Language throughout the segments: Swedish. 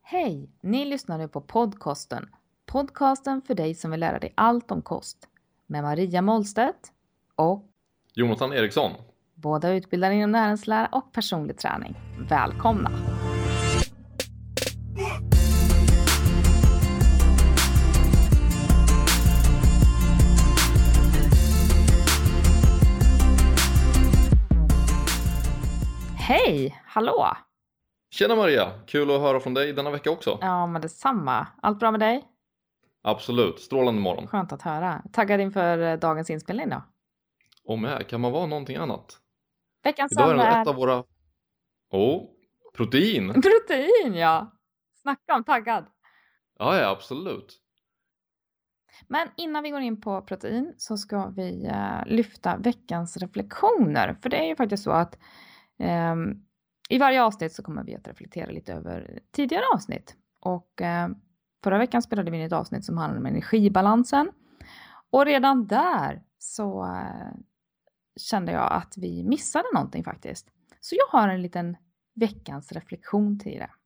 Hej! Ni lyssnar nu på podcasten. Podcasten för dig som vill lära dig allt om kost. Med Maria Målstedt och Jonathan Eriksson. båda utbildade inom näringslära och personlig träning. Välkomna! Hej! Hallå! Tjena Maria! Kul att höra från dig denna vecka också. Ja, men detsamma. Allt bra med dig? Absolut, strålande morgon. Skönt att höra. Taggad inför dagens inspelning då? Och med, kan man vara någonting annat? Veckans Idag är ämne det är ett av våra... Protein! protein, ja! Snacka om taggad! Ja, absolut. Men innan vi går in på protein så ska vi lyfta veckans reflektioner. För det är ju faktiskt så att i varje avsnitt så kommer vi att reflektera lite över tidigare avsnitt. Och förra veckan spelade vi in ett avsnitt som handlade om energibalansen. Och redan där så kände jag att vi missade någonting faktiskt. Så jag har en liten veckans reflektion till det.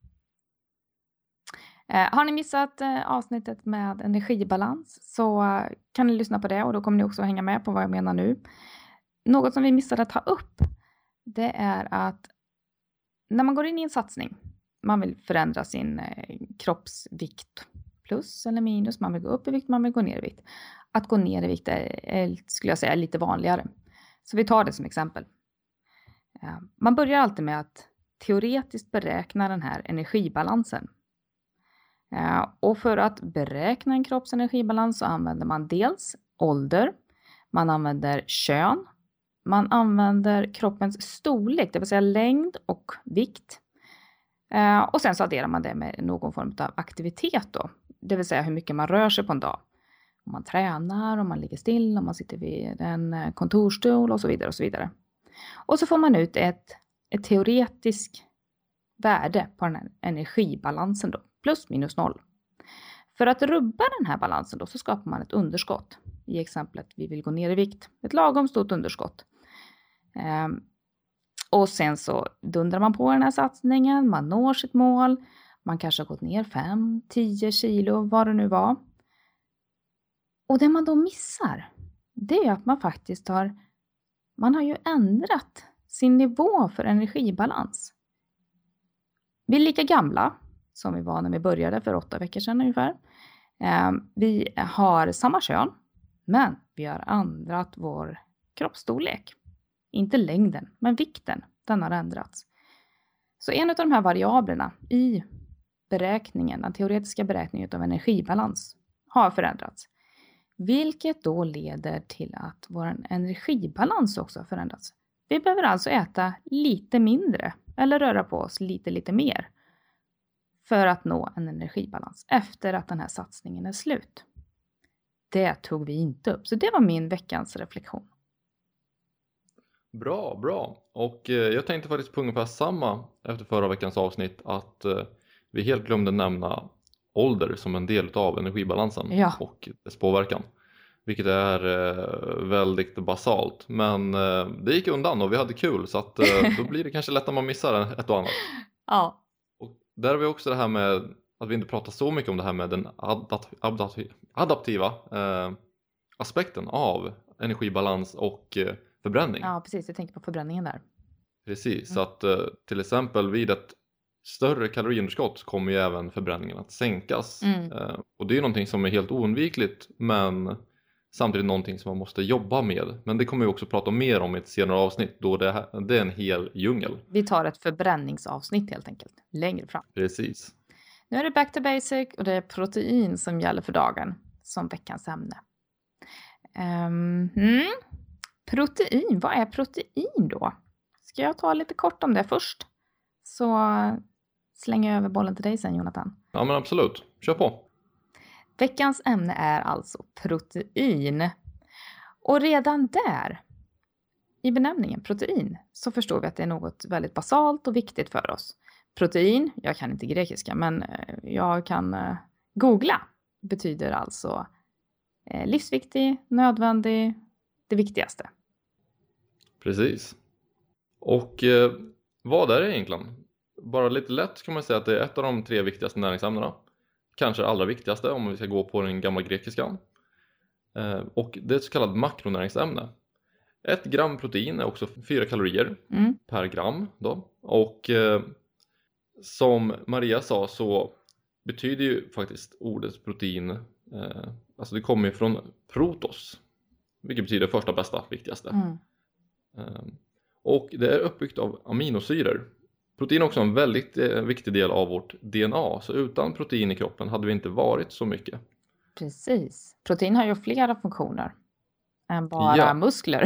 Har ni missat avsnittet med energibalans så kan ni lyssna på det och då kommer ni också hänga med på vad jag menar nu. Något som vi missade att ta upp, det är att när man går in i en satsning, man vill förändra sin kroppsvikt plus eller minus, man vill gå upp i vikt, man vill gå ner i vikt. Att gå ner i vikt är skulle jag säga, lite vanligare. Så vi tar det som exempel. Man börjar alltid med att teoretiskt beräkna den här energibalansen. Och för att beräkna en kropps energibalans så använder man dels ålder, man använder kön, man använder kroppens storlek, det vill säga längd och vikt. Och sen så adderar man det med någon form av aktivitet då, det vill säga hur mycket man rör sig på en dag. Om man tränar, om man ligger still, om man sitter vid en kontorstol och så vidare och så vidare. Och så får man ut ett teoretiskt värde på den här energibalansen då. Plus minus noll. För att rubba den här balansen då så skapar man ett underskott. I exemplet vi vill gå ner i vikt. Ett lagom stort underskott. Och sen så dundrar man på den här satsningen. Man når sitt mål. Man kanske har gått ner 5-10 kilo. Vad det nu var. Och det man då missar. Det är att man faktiskt man har ju ändrat sin nivå för energibalans. Vi är lika gamla som vi var när vi började för 8 veckor sedan ungefär. Vi har samma kön, men vi har ändrat vår kroppsstorlek. Inte längden, men vikten, den har ändrats. Så en av de här variablerna i beräkningen, den teoretiska beräkningen av energibalans har förändrats. Vilket då leder till att vår energibalans också har förändrats. Vi behöver alltså äta lite mindre eller röra på oss lite mer. För att nå en energibalans efter att den här satsningen är slut. Det tog vi inte upp. Så det var min veckans reflektion. Bra. Och jag tänkte faktiskt på ungefär samma efter förra veckans avsnitt. Att vi helt glömde nämna ålder som en del av energibalansen och dess påverkan. Vilket är väldigt basalt. Men det gick undan och vi hade kul. Så att, då blir det kanske lätt att man missar ett och annat. Ja. Och där har vi också det här med att vi inte pratar så mycket om det här med den adaptiva aspekten av energibalans och förbränning. Ja, precis. Jag tänker på förbränningen där. Precis, så att till exempel vid ett större kaloriunderskott kommer ju även förbränningen att sänkas. Och det är ju någonting som är helt oundvikligt, men samtidigt någonting som man måste jobba med. Men det kommer vi också prata mer om i ett senare avsnitt, då det är en hel djungel. Vi tar ett förbränningsavsnitt helt enkelt, längre fram. Precis. Nu är det back to basic och det är protein som gäller för dagen som veckans ämne. Protein, vad är protein då? Ska jag ta lite kort om det först? Så slänger jag över bollen till dig sen, Jonathan. Ja, men absolut. Kör på. Veckans ämne är alltså protein. Och redan där, i benämningen protein, så förstår vi att det är något väldigt basalt och viktigt för oss. Protein, jag kan inte grekiska, men jag kan googla. Betyder alltså livsviktig, nödvändig, det viktigaste. Precis. Och vad är det egentligen? bara lite lätt kan man säga att det är ett av de 3 viktigaste näringsämnena. Kanske det allra viktigaste om vi ska gå på den gamla grekiskan. Och det är ett så kallat makronäringsämne. 1 gram protein är också 4 kalorier per gram då. Och som Maria sa så betyder ju faktiskt ordet protein, alltså det kommer ju från protos, vilket betyder första, bästa, viktigaste. Och det är uppbyggt av aminosyror. Protein är också en väldigt viktig del av vårt DNA, så utan protein i kroppen hade vi inte varit så mycket. Precis. Protein har ju flera funktioner än bara muskler.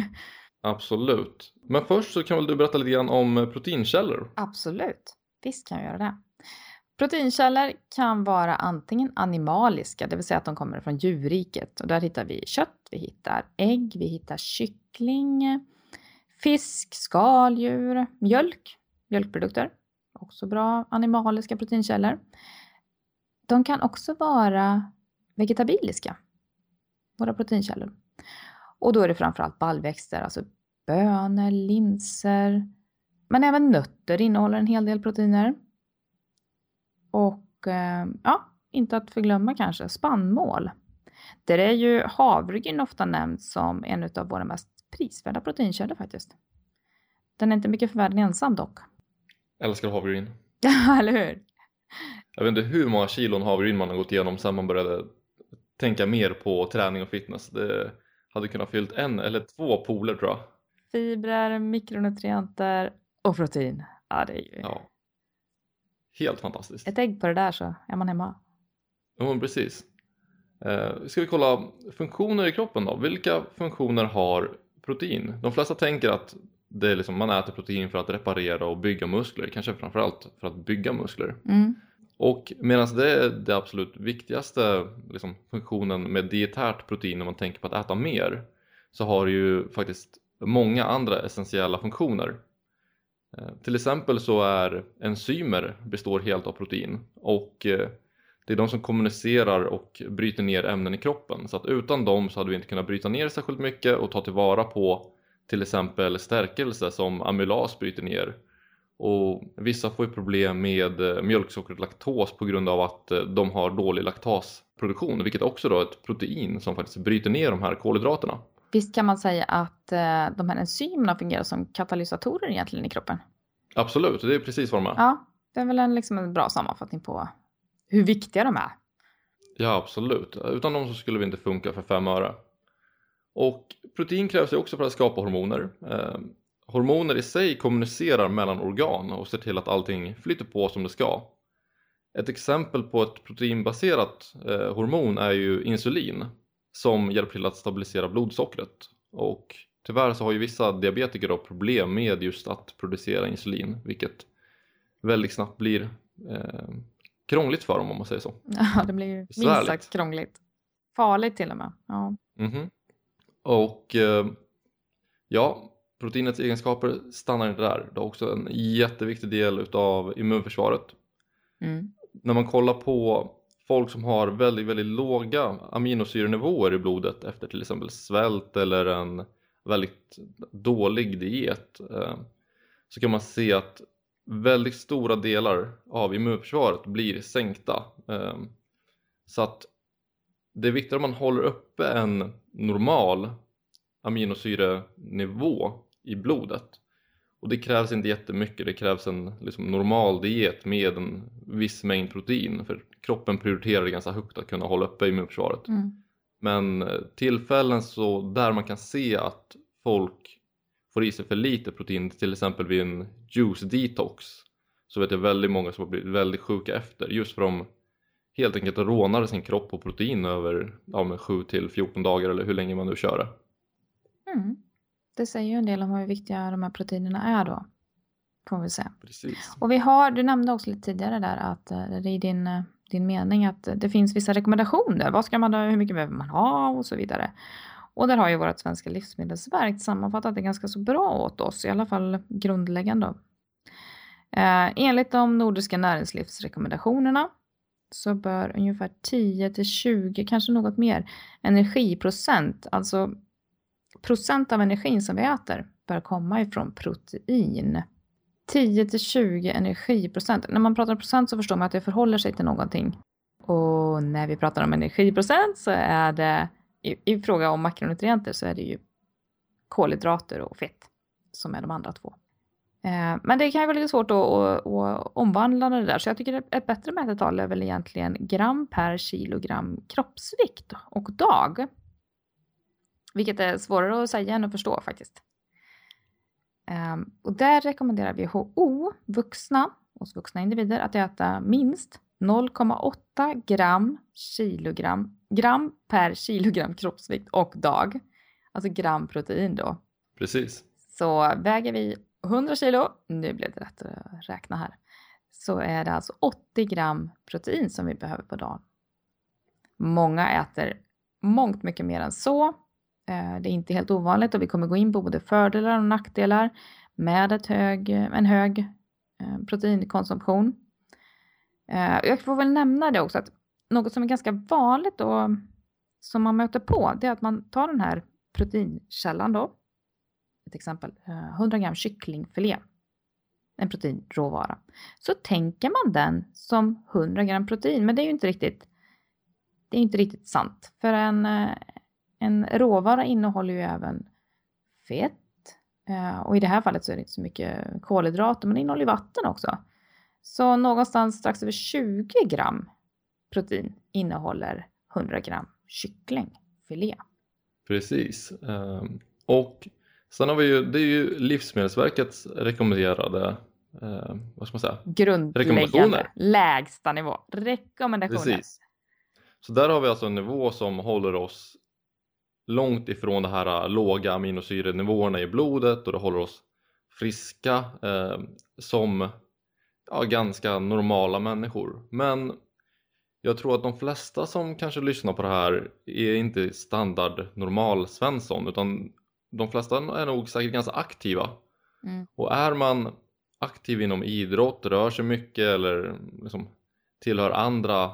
Absolut. Men först så kan väl du berätta lite grann om proteinkällor? Absolut. Visst kan jag göra det. Proteinkällor kan vara antingen animaliska, det vill säga att de kommer från djurriket. Och där hittar vi kött, vi hittar ägg, vi hittar kyckling, fisk, skaldjur, mjölkprodukter. Också bra animaliska proteinkällor. De kan också vara vegetabiliska, våra proteinkällor. Och då är det framförallt baljväxter, alltså bönor, linser. Men även nötter innehåller en hel del proteiner. Och inte att förglömma kanske spannmål. Där är ju havregryn ofta nämnd som en av våra mest prisvärda proteinkällor faktiskt. Den är inte mycket för världen ensam dock. Älskar havregryn. Ja, eller hur? Jag vet inte hur många kilon havregryn man har gått igenom sedan man började tänka mer på träning och fitness. Det hade kunnat fyllt 1 eller 2 pooler tror jag. Fibrer, mikronutrienter och protein. Ja, det är ju... Ja. Helt fantastiskt. Ett ägg på det där så är man hemma. Ja, precis. Ska vi kolla funktioner i kroppen då? Vilka funktioner har protein? De flesta tänker att det är liksom, man äter protein för att reparera och bygga muskler. Kanske framförallt för att bygga muskler. Och medan det är det absolut viktigaste liksom, funktionen med dietärt protein när man tänker på att äta mer, så har det ju faktiskt många andra essentiella funktioner. Till exempel så är enzymer består helt av protein, och det är de som kommunicerar och bryter ner ämnen i kroppen. Så att utan dem så hade vi inte kunnat bryta ner särskilt mycket och ta tillvara på till exempel stärkelse som amylas bryter ner. Och vissa får ju problem med mjölksockret laktos på grund av att de har dålig laktasproduktion, vilket också då är ett protein som faktiskt bryter ner de här kolhydraterna. Visst kan man säga att de här enzymerna fungerar som katalysatorer egentligen i kroppen? Absolut, det är precis vad de är. Ja, det är väl en bra sammanfattning på hur viktiga de är. Ja, absolut. Utan dem så skulle vi inte funka för 5 öre. Och protein krävs ju också för att skapa hormoner. Hormoner i sig kommunicerar mellan organ och ser till att allting flyter på som det ska. Ett exempel på ett proteinbaserat hormon är ju insulin, som hjälper till att stabilisera blodsockret. Och tyvärr så har ju vissa diabetiker då problem med just att producera insulin, vilket väldigt snabbt blir krångligt för dem, om man säger så. Ja, det blir ju minst sagt krångligt. Farligt till och med. Ja. Och proteinets egenskaper stannar inte där. Det är också en jätteviktig del utav immunförsvaret. När man kollar på folk som har väldigt, väldigt låga aminosyrenivåer i blodet efter till exempel svält eller en väldigt dålig diet, så kan man se att väldigt stora delar av immunförsvaret blir sänkta. Så att det är viktigt att man håller uppe en normal aminosyrenivå i blodet. Och det krävs inte jättemycket. Det krävs en liksom normal diet med en viss mängd protein. För kroppen prioriterar det ganska högt att kunna hålla uppe immunförsvaret. Men tillfällen så där man kan se att folk får i sig för lite protein, till exempel vid en juice detox, så vet jag väldigt många som har blivit väldigt sjuka efter. Just för de helt enkelt rånar sin kropp på protein över 7-14 dagar eller hur länge man nu kör det. Det säger ju en del om hur viktiga de här proteinerna är då. Får vi se. Precis. Och du nämnde också lite tidigare där att det är din mening att det finns vissa rekommendationer. Vad ska man ha, hur mycket behöver man ha och så vidare. Och där har ju vårt svenska livsmedelsverk sammanfattat det ganska så bra åt oss. I alla fall grundläggande. Enligt de nordiska näringslivsrekommendationerna så bör ungefär 10-20, kanske något mer, energiprocent, alltså procent av energin som vi äter, bör komma ifrån protein. 10-20 energiprocent. När man pratar om procent så förstår man att det förhåller sig till någonting. Och när vi pratar om energiprocent så är det i fråga om makronutrienter så är det ju kolhydrater och fett som är de andra två. Men det kan ju vara lite svårt att omvandla det där. Så jag tycker ett bättre mätetal är väl egentligen gram per kilogram kroppsvikt och dag. Vilket är svårare att säga än att förstå faktiskt. Och där rekommenderar WHO hos vuxna individer att äta minst 0,8 gram per kilogram kroppsvikt och dag. Alltså gram protein då. Precis. Så väger vi 100 kilo, nu blev det rätt att räkna här, så är det alltså 80 gram protein som vi behöver på dagen. Många äter mångt mycket mer än så. Det är inte helt ovanligt och vi kommer gå in på både fördelar och nackdelar med en hög proteinkonsumtion. Jag får väl nämna det också att något som är ganska vanligt och som man möter på, det är att man tar den här proteinkällan då. Ett exempel 100 gram kycklingfilé. En proteinråvara. Så tänker man den som 100 gram protein. Men det är ju inte riktigt sant. För en råvara innehåller ju även fett. Och i det här fallet så är det inte så mycket kolhydrater. Men det innehåller ju vatten också. Så någonstans strax över 20 gram protein innehåller 100 gram kycklingfilé. Precis. Och sen har vi ju, det är ju Livsmedelsverkets rekommenderade, vad ska man säga? Grundläggande, lägsta nivå. Rekommendationer. Precis. Så där har vi alltså en nivå som håller oss långt ifrån de här låga aminosyrenivåerna i blodet och det håller oss friska som ganska normala människor. Men jag tror att de flesta som kanske lyssnar på det här är inte standard normal Svensson utan de flesta är nog säkert ganska aktiva. Och är man aktiv inom idrott, rör sig mycket eller liksom tillhör andra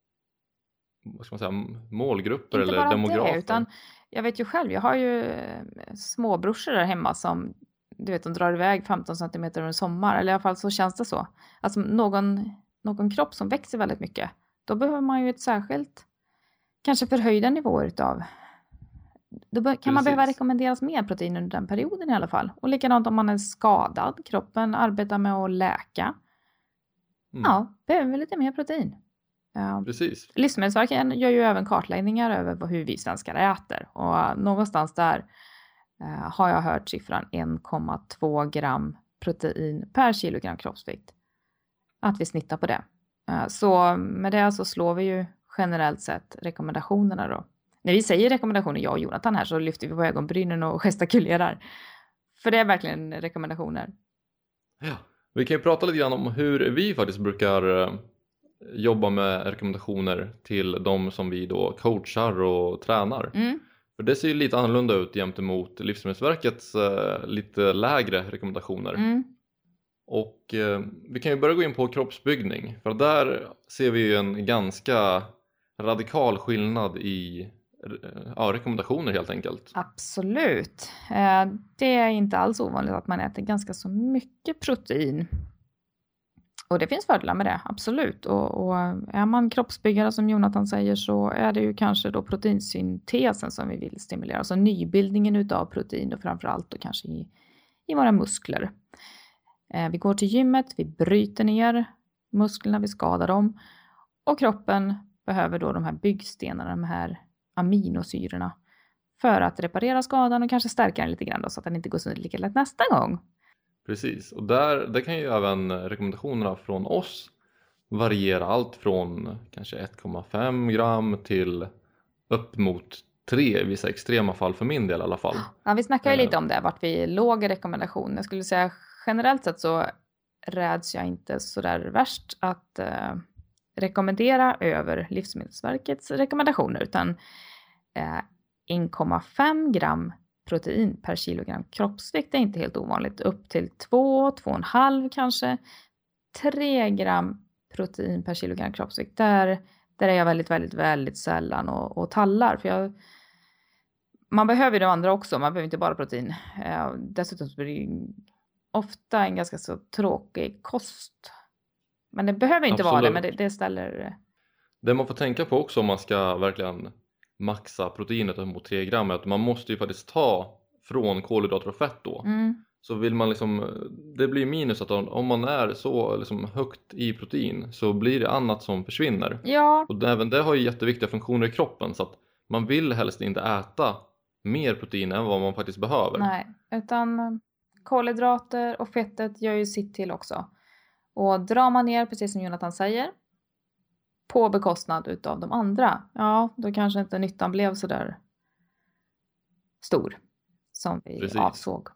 vad ska man säga, målgrupper inte eller demografer. Det, utan jag vet ju själv, jag har ju småbrorsor där hemma som du vet, de drar iväg 15 cm under sommar. Eller i alla fall så känns det så. Alltså någon kropp som växer väldigt mycket. Då behöver man ju ett särskilt, kanske förhöjda nivåer utav. Då kan man behöva rekommenderas mer protein under den perioden i alla fall. Och likadant om man är skadad. Kroppen arbetar med att läka. Ja, behöver vi lite mer protein. Precis. Livsmedelsverket gör ju även kartläggningar över hur vi svenskar äter. Och någonstans där har jag hört siffran 1,2 gram protein per kilogram kroppsvikt. Att vi snittar på det. Så med det så slår vi ju generellt sett rekommendationerna då. När vi säger rekommendationer, jag och Jonathan här, så lyfter vi på ögonbrynen och gestikulerar. För det är verkligen rekommendationer. Ja, vi kan ju prata lite grann om hur vi faktiskt brukar jobba med rekommendationer till de som vi då coachar och tränar. För det ser ju lite annorlunda ut jämt emot Livsmedelsverkets lite lägre rekommendationer. Och vi kan ju börja gå in på kroppsbyggning. För där ser vi ju en ganska radikal skillnad i rekommendationer helt enkelt. Absolut. Det är inte alls ovanligt att man äter ganska så mycket protein. Och det finns fördelar med det, absolut. Och är man kroppsbyggare som Jonathan säger så är det ju kanske då proteinsyntesen som vi vill stimulera. Alltså nybildningen utav protein och framförallt då kanske i våra muskler. Vi går till gymmet, vi bryter ner musklerna, vi skadar dem. Och kroppen behöver då de här byggstenarna, de här aminosyrorna. För att reparera skadan och kanske stärka den lite grann då, så att den inte går sönder lika lätt nästa gång. Precis, och där kan ju även rekommendationerna från oss variera allt från kanske 1,5 gram till upp mot 3 i vissa extrema fall för min del i alla fall. Ja, vi snackar ju lite om det, vart vi låg i rekommendationen. Jag skulle säga generellt sett så räds jag inte så där värst att rekommendera över Livsmedelsverkets rekommendationer, utan 1,5 gram protein per kilogram kroppsvikt är inte helt ovanligt. Upp till 2,5 kanske. 3 gram protein per kilogram kroppsvikt. Där är jag väldigt, väldigt, väldigt sällan och tallar. För man behöver de andra också. Man behöver inte bara protein. Dessutom så blir det ofta en ganska så tråkig kost. Men det behöver inte vara det, men det ställer... Det man får tänka på också om man ska verkligen maxa proteinet mot 3 gram är att man måste ju faktiskt ta från kolhydrater och fett då. Så vill man liksom, det blir minus att om man är så liksom högt i protein så blir det annat som försvinner. Ja. Och även det har ju jätteviktiga funktioner i kroppen, så att man vill helst inte äta mer protein än vad man faktiskt behöver. Nej, utan kolhydrater och fettet gör ju sitt till också. Och drar man ner, precis som Jonathan säger, på bekostnad utav de andra, ja, då kanske inte nyttan blev så där stor som vi avsåg.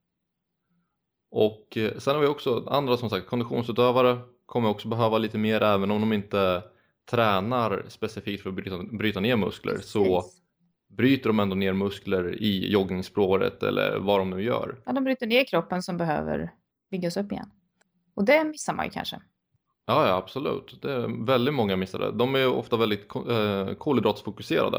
Och sen har vi också andra, som sagt, konditionsutövare kommer också behöva lite mer, även om de inte tränar specifikt för att bryta ner muskler. Precis. Så bryter de ändå ner muskler i joggingspråret eller vad de nu gör. Ja, de bryter ner kroppen som behöver byggas upp igen. Och det missar man ju kanske. Ja, absolut. Det är väldigt många missar det. De är ofta väldigt kolhydratsfokuserade.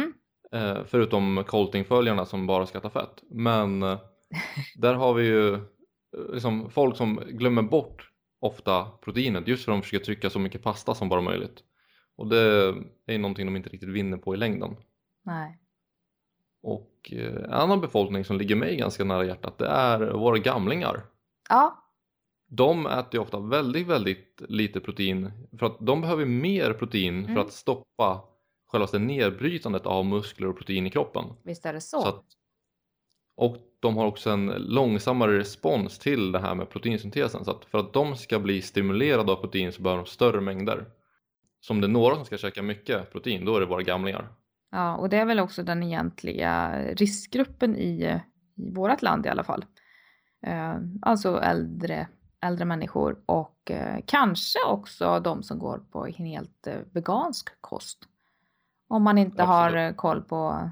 Förutom coltingföljarna som bara ska äta fett. Men där har vi ju liksom folk som glömmer bort ofta proteinet just för att de försöker trycka så mycket pasta som bara möjligt. Och det är någonting de inte riktigt vinner på i längden. Nej. Och en annan befolkning som ligger mig ganska nära hjärtat, det är våra gamlingar. Ja. De äter ju ofta väldigt, väldigt lite protein. För att de behöver mer protein för att stoppa själva nedbrytandet av muskler och protein i kroppen. Visst är det så. Och de har också en långsammare respons till det här med proteinsyntesen. Så att för att de ska bli stimulerade av protein så behöver de större mängder. Så om det är några som ska käka mycket protein, då är det våra gamlingar. Ja, och det är väl också den egentliga riskgruppen i vårt land i alla fall. Alltså äldre människor och kanske också de som går på en helt vegansk kost. Om man inte har koll på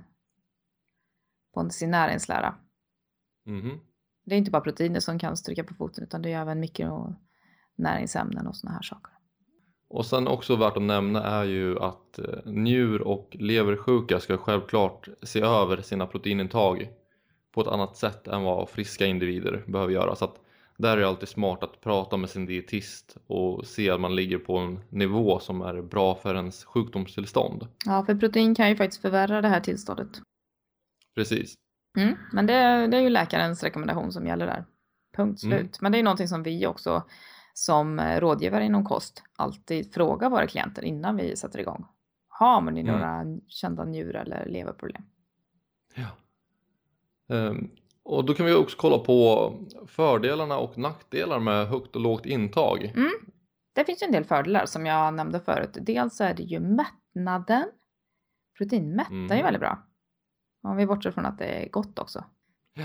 sin näringslära. Det är inte bara proteiner som kan stryka på foten, utan det är även mikronäringsämnen och såna här saker. Och sen också värt att nämna är ju att njur- och leversjuka ska självklart se över sina proteinintag på ett annat sätt än vad friska individer behöver göra. Så att där är det alltid smart att prata med sin dietist och se att man ligger på en nivå som är bra för ens sjukdomstillstånd. Ja, för protein kan ju faktiskt förvärra det här tillståndet. Precis. Men det är ju läkarens rekommendation som gäller där. Punkt slut. Men det är någonting som vi också som rådgivare inom kost alltid frågar våra klienter innan vi sätter igång. Har ni några kända njur- eller leverproblem? Ja. Och då kan vi också kolla på fördelarna och nackdelar med högt och lågt intag. Det finns ju en del fördelar som jag nämnde förut. Dels är det ju mättnaden. Proteinmättar är väldigt bra. Om vi bortser från att det är gott också. Ja.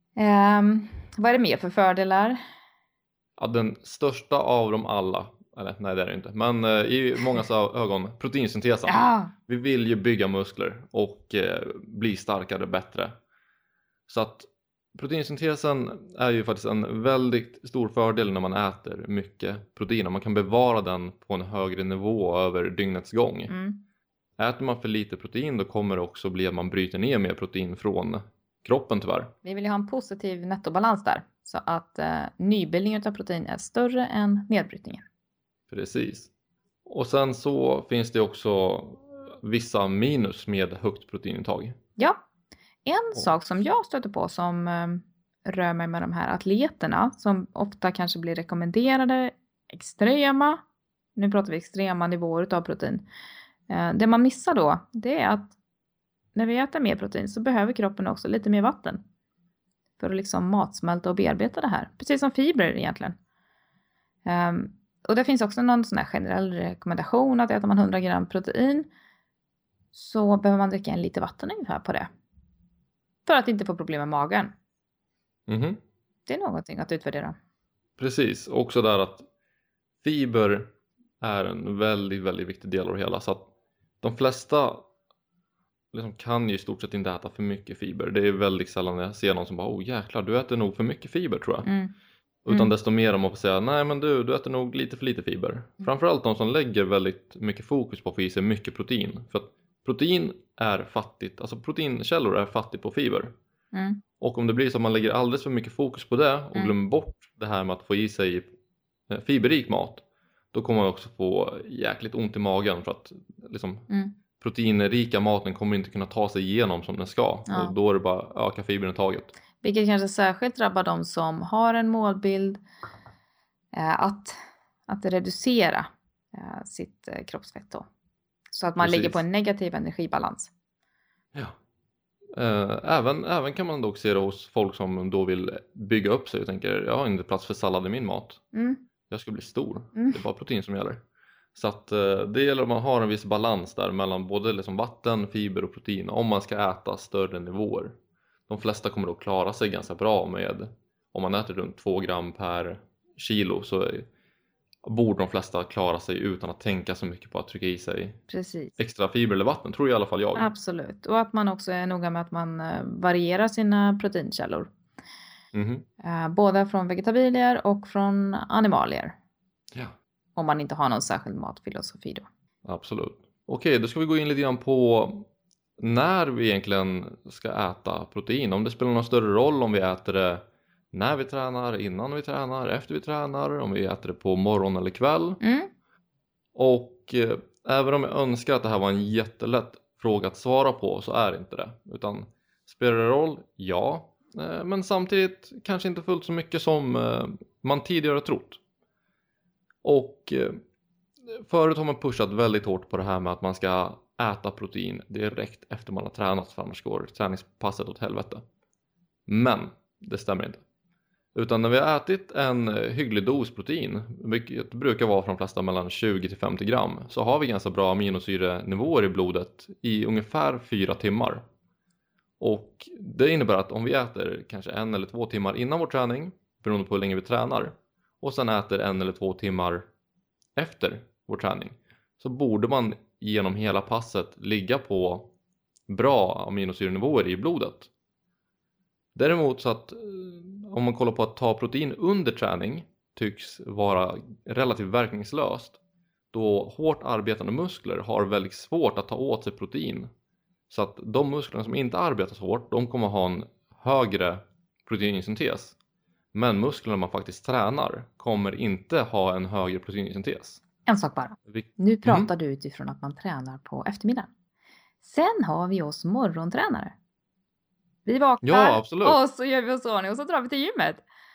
Vad är det mer för fördelar? Ja, den största av dem alla. Eller nej, det är det inte. Men i mångas ögon, proteinsyntesen. Ja. Vi vill ju bygga muskler och bli starkare, bättre. Så att proteinsyntesen är ju faktiskt en väldigt stor fördel när man äter mycket protein. Man kan bevara den på en högre nivå över dygnets gång. Äter man för lite protein, då kommer det också bli att man bryter ner mer protein från kroppen tyvärr. Vi vill ju ha en positiv nettobalans där. Så att nybildningen av protein är större än nedbrytningen. Precis. Och sen så finns det också vissa minus med högt proteinintag. Ja. En sak som jag stöter på som rör mig med de här atleterna som ofta kanske blir rekommenderade extrema, nu pratar vi extrema nivåer av protein. Det man missar då, det är att när vi äter mer protein så behöver kroppen också lite mer vatten för att liksom matsmälta och bearbeta det här. Precis som fibrer egentligen. Och det finns också någon sån här generell rekommendation att äter man 100 gram protein så behöver man dricka 1 liter vatten ungefär på det. För att inte få problem med magen. Det är någonting att utvärdera. Precis, också där att fiber är en väldigt, väldigt viktig del av det hela. Så att de flesta liksom kan ju i stort sett inte äta för mycket fiber. Det är väldigt sällan jag ser någon som bara, jäklar, du äter nog för mycket fiber tror jag. Utan desto mer om man får säga, nej men du äter nog lite för lite fiber. Framförallt de som lägger väldigt mycket fokus på att få i sig mycket protein. För att protein är fattigt, alltså proteinkällor är fattigt på fiber. Och om det blir så att man lägger alldeles för mycket fokus på det och glömmer bort det här med att få i sig fiberrik mat, då kommer man också få jäkligt ont i magen för att liksom, proteinrika maten kommer inte kunna ta sig igenom som den ska. Ja. Och då är det bara öka fiberintaget. Vilket kanske särskilt drabbar de som har en målbild att reducera sitt kroppsfett då. Så att man ligger på en negativ energibalans. Ja. Även kan man dock se det hos folk som då vill bygga upp sig och tänker, jag har inte plats för sallad i min mat. Jag ska bli stor. Det är bara protein som gäller. Så att det gäller att man har en viss balans där mellan både liksom vatten, fiber och protein om man ska äta större nivåer. De flesta kommer då klara sig ganska bra med, om man äter runt 2 gram per kilo, så borde de flesta klara sig utan att tänka så mycket på att trycka i sig extra fiber eller vatten, tror i alla fall jag. Absolut, och att man också är noga med att man varierar sina proteinkällor. Både från vegetabilier och från animalier. Ja. Om man inte har någon särskild matfilosofi då. Absolut. Okej, då ska vi gå in lite grann på när vi egentligen ska äta protein. Om det spelar någon större roll om vi äter det när vi tränar, innan vi tränar, efter vi tränar, om vi äter det på morgon eller kväll. Och även om jag önskar att det här var en jättelätt fråga att svara på, så är det inte det. Utan spelar det roll? Ja. Men samtidigt kanske inte fullt så mycket som man tidigare trott. Och förut har man pushat väldigt hårt på det här med att man ska äta protein direkt efter man har tränat, för annars går träningspasset åt helvete. Men det stämmer inte. Utan när vi har ätit en hygglig dos protein, vilket brukar vara för de flesta mellan 20-50 gram, så har vi ganska bra aminosyrenivåer i blodet i ungefär 4 timmar. Och det innebär att om vi äter kanske 1 eller 2 timmar innan vår träning, beroende på hur länge vi tränar, och sen äter 1 eller 2 timmar efter vår träning, så borde man genom hela passet ligga på bra aminosyrenivåer i blodet. Däremot så att om man kollar på att ta protein under träning tycks vara relativt verkningslöst, då hårt arbetande muskler har väldigt svårt att ta åt sig protein. Så att de musklerna som inte arbetar så hårt, de kommer ha en högre proteinsyntes. Men musklerna man faktiskt tränar kommer inte ha en högre proteinsyntes. En sak bara. Nu pratar du utifrån att man tränar på eftermiddagen. Sen har vi oss morgontränare. Vi vaknar och så gör vi oss ordning och så drar vi till gymmet.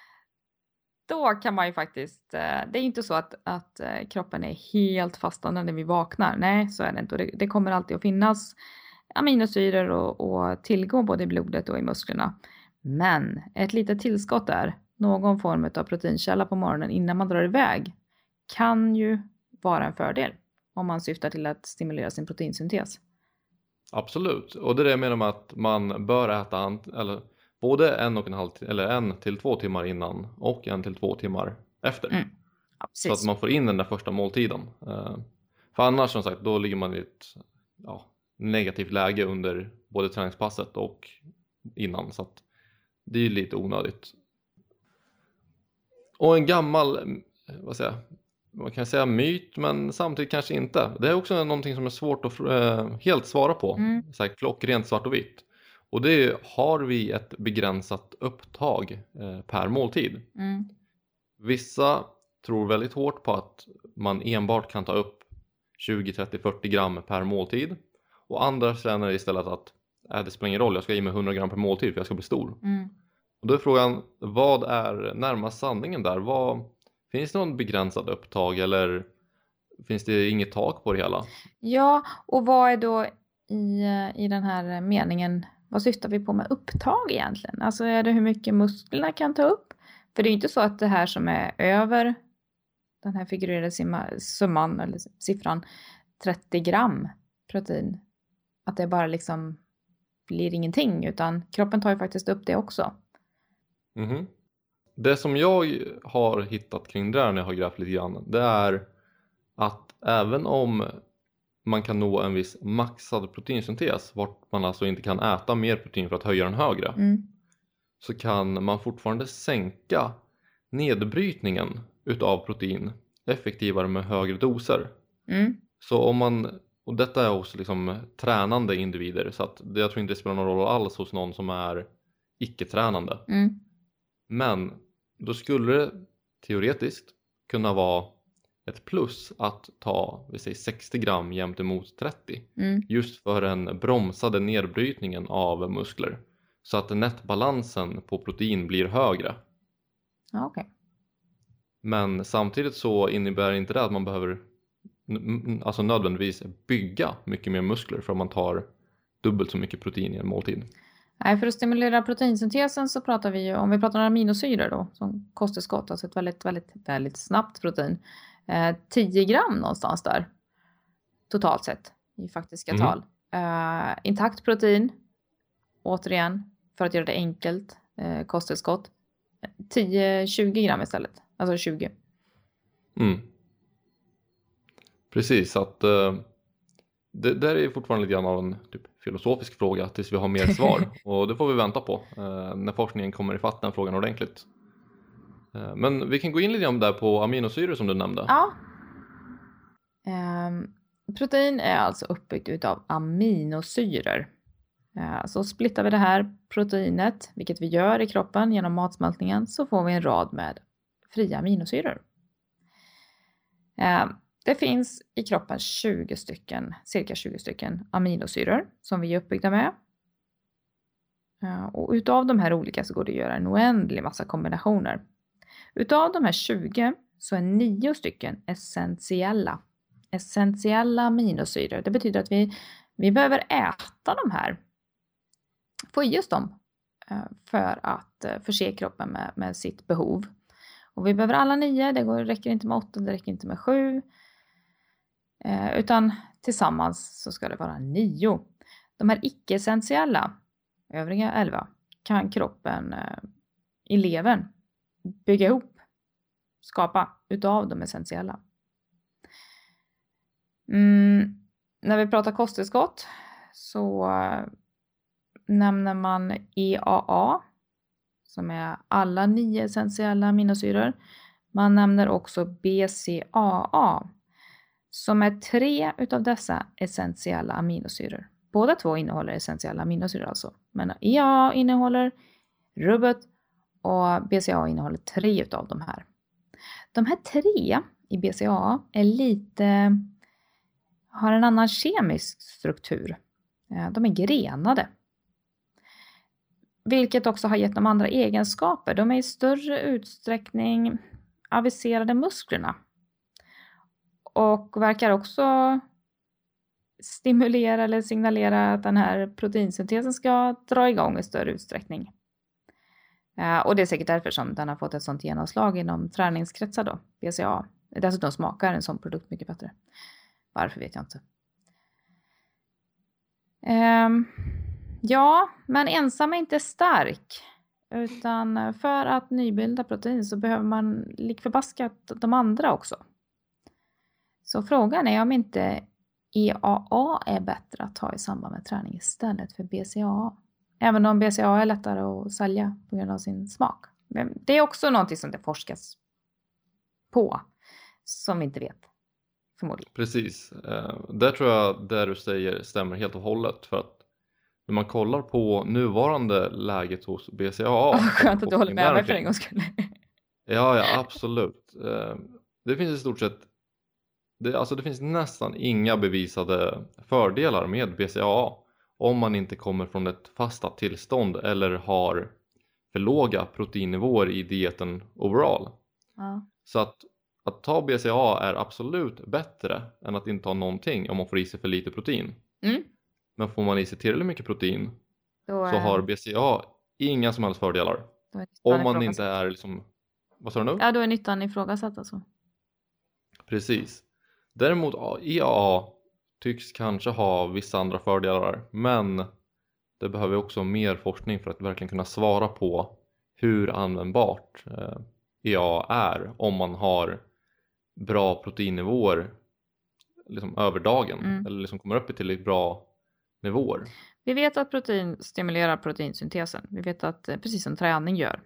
Då kan man ju faktiskt, det är inte så att kroppen är helt fastande när vi vaknar. Nej, så är det inte. Och det kommer alltid att finnas aminosyror och tillgång både i blodet och i musklerna. Men ett litet tillskott där, någon form av proteinkälla på morgonen innan man drar iväg, kan ju vara en fördel om man syftar till att stimulera sin proteinsyntes. Absolut, och det är det jag menar med att man bör äta både 1 till 2 timmar innan och 1 till 2 timmar efter. Ja, så att man får in den där första måltiden. För annars som sagt, då ligger man i ett negativt läge under både träningspasset och innan, så att det är lite onödigt. Och en gammal, man kan säga myt, men samtidigt kanske inte. Det är också någonting som är svårt att helt svara på. Klockrent svart och vitt. Och det är, har vi ett begränsat upptag per måltid? Vissa tror väldigt hårt på att man enbart kan ta upp 20, 30, 40 gram per måltid. Och andra känner istället att det spelar ingen roll, jag ska ge mig 100 gram per måltid för jag ska bli stor. Och då är frågan, vad är närmast sanningen där? Finns det någon begränsad upptag eller finns det inget tak på det hela? Ja, och vad är då i den här meningen, vad syftar vi på med upptag egentligen? Alltså är det hur mycket musklerna kan ta upp? För det är inte så att det här som är över den här figurerade summan eller siffran 30 gram protein, att det bara liksom blir ingenting, utan kroppen tar ju faktiskt upp det också. Det som jag har hittat kring det när jag har grävt lite grann, det är att även om man kan nå en viss maxad proteinsyntes, vart man alltså inte kan äta mer protein för att höja den högre, så kan man fortfarande sänka nedbrytningen utav protein effektivare med högre doser. Så om man, och detta är hos liksom tränande individer, så att jag tror inte det spelar någon roll alls hos någon som är icke-tränande. Men då skulle det teoretiskt kunna vara ett plus att ta, vi säger 60 gram jämt emot 30. Just för den bromsade nedbrytningen av muskler. Så att nettbalansen på protein blir högre. Okay. Men samtidigt så innebär inte det att man behöver alltså nödvändigtvis bygga mycket mer muskler för att man tar dubbelt så mycket protein i en måltid. Nej, för att stimulera proteinsyntesen så pratar vi ju, om vi pratar om aminosyror då, som kosttillskott, alltså ett väldigt snabbt protein. 10 gram någonstans där, totalt sett, i faktiska tal. Intakt protein, återigen, för att göra det enkelt, kosttillskott. 10-20 gram istället, alltså 20. Precis, att det där är fortfarande lite grann av en typ filosofisk fråga tills vi har mer svar. Och det får vi vänta på när forskningen kommer ifatt den frågan ordentligt. Men vi kan gå in lite grann där på aminosyror som du nämnde. Ja. Protein är alltså uppbyggt utav aminosyror. Så splittar vi det här proteinet, vilket vi gör i kroppen genom matsmältningen, så får vi en rad med fria aminosyror. Det finns i kroppen cirka 20 stycken aminosyror som vi är uppbyggda med. Och utav de här olika så går det att göra en oändlig massa kombinationer. Utav de här 20 så är 9 stycken essentiella. Essentiella aminosyror. Det betyder att vi behöver äta de här. Få i oss dem för att förse kroppen med sitt behov. Och vi behöver alla 9. Det räcker inte med 8, det räcker inte med 7. Utan tillsammans så ska det vara 9. De här icke-essentiella, övriga 11, kan kroppen i levern bygga ihop, skapa utav de essentiella. När vi pratar kosttillskott så nämner man EAA, som är alla 9 essentiella aminosyror. Man nämner också BCAA, som är 3 utav dessa essentiella aminosyror. Båda två innehåller essentiella aminosyror alltså. Men EAA innehåller rubbet och BCAA innehåller 3 utav de här. De här 3 i BCAA är har en annan kemisk struktur. De är grenade. Vilket också har gett dem andra egenskaper. De är i större utsträckning aviserade musklerna. Och verkar också stimulera eller signalera att den här proteinsyntesen ska dra igång i större utsträckning. Och det är säkert därför som den har fått ett sånt genomslag inom träningskretsar då, BCAA. Dessutom smakar en sån produkt mycket bättre. Varför vet jag inte. Ja, men ensam är inte stark. Utan för att nybilda protein så behöver man likförbaskat de andra också. Så frågan är om inte EAA är bättre att ta i samband med träning istället för BCAA. Även om BCAA är lättare att sälja på grund av sin smak. Men det är också någonting som det forskas på. Som vi inte vet. Förmodligen. Precis. Där tror jag det du säger stämmer helt och hållet. För att när man kollar på nuvarande läget hos BCAA. Skönt att du håller med mig för en gångs skull. Ja, absolut. Det finns i stort sett. Det finns nästan inga bevisade fördelar med BCAA. Om man inte kommer från ett fastat tillstånd eller har för låga proteinnivåer i dieten overall. Ja. Så att ta BCAA är absolut bättre än att inte ha någonting om man får i sig för lite protein. Men får man i sig tillräckligt mycket protein så har BCAA inga som helst fördelar. Om man inte är liksom. Vad sa du nu? Ja, då är nyttan ifrågasatt alltså. Precis. Däremot EAA tycks kanske ha vissa andra fördelar, men det behöver också mer forskning för att verkligen kunna svara på hur användbart EAA är om man har bra proteinnivåer liksom över dagen eller liksom kommer upp i tillräckligt bra nivåer. Vi vet att protein stimulerar proteinsyntesen. Vi vet att precis som träning gör.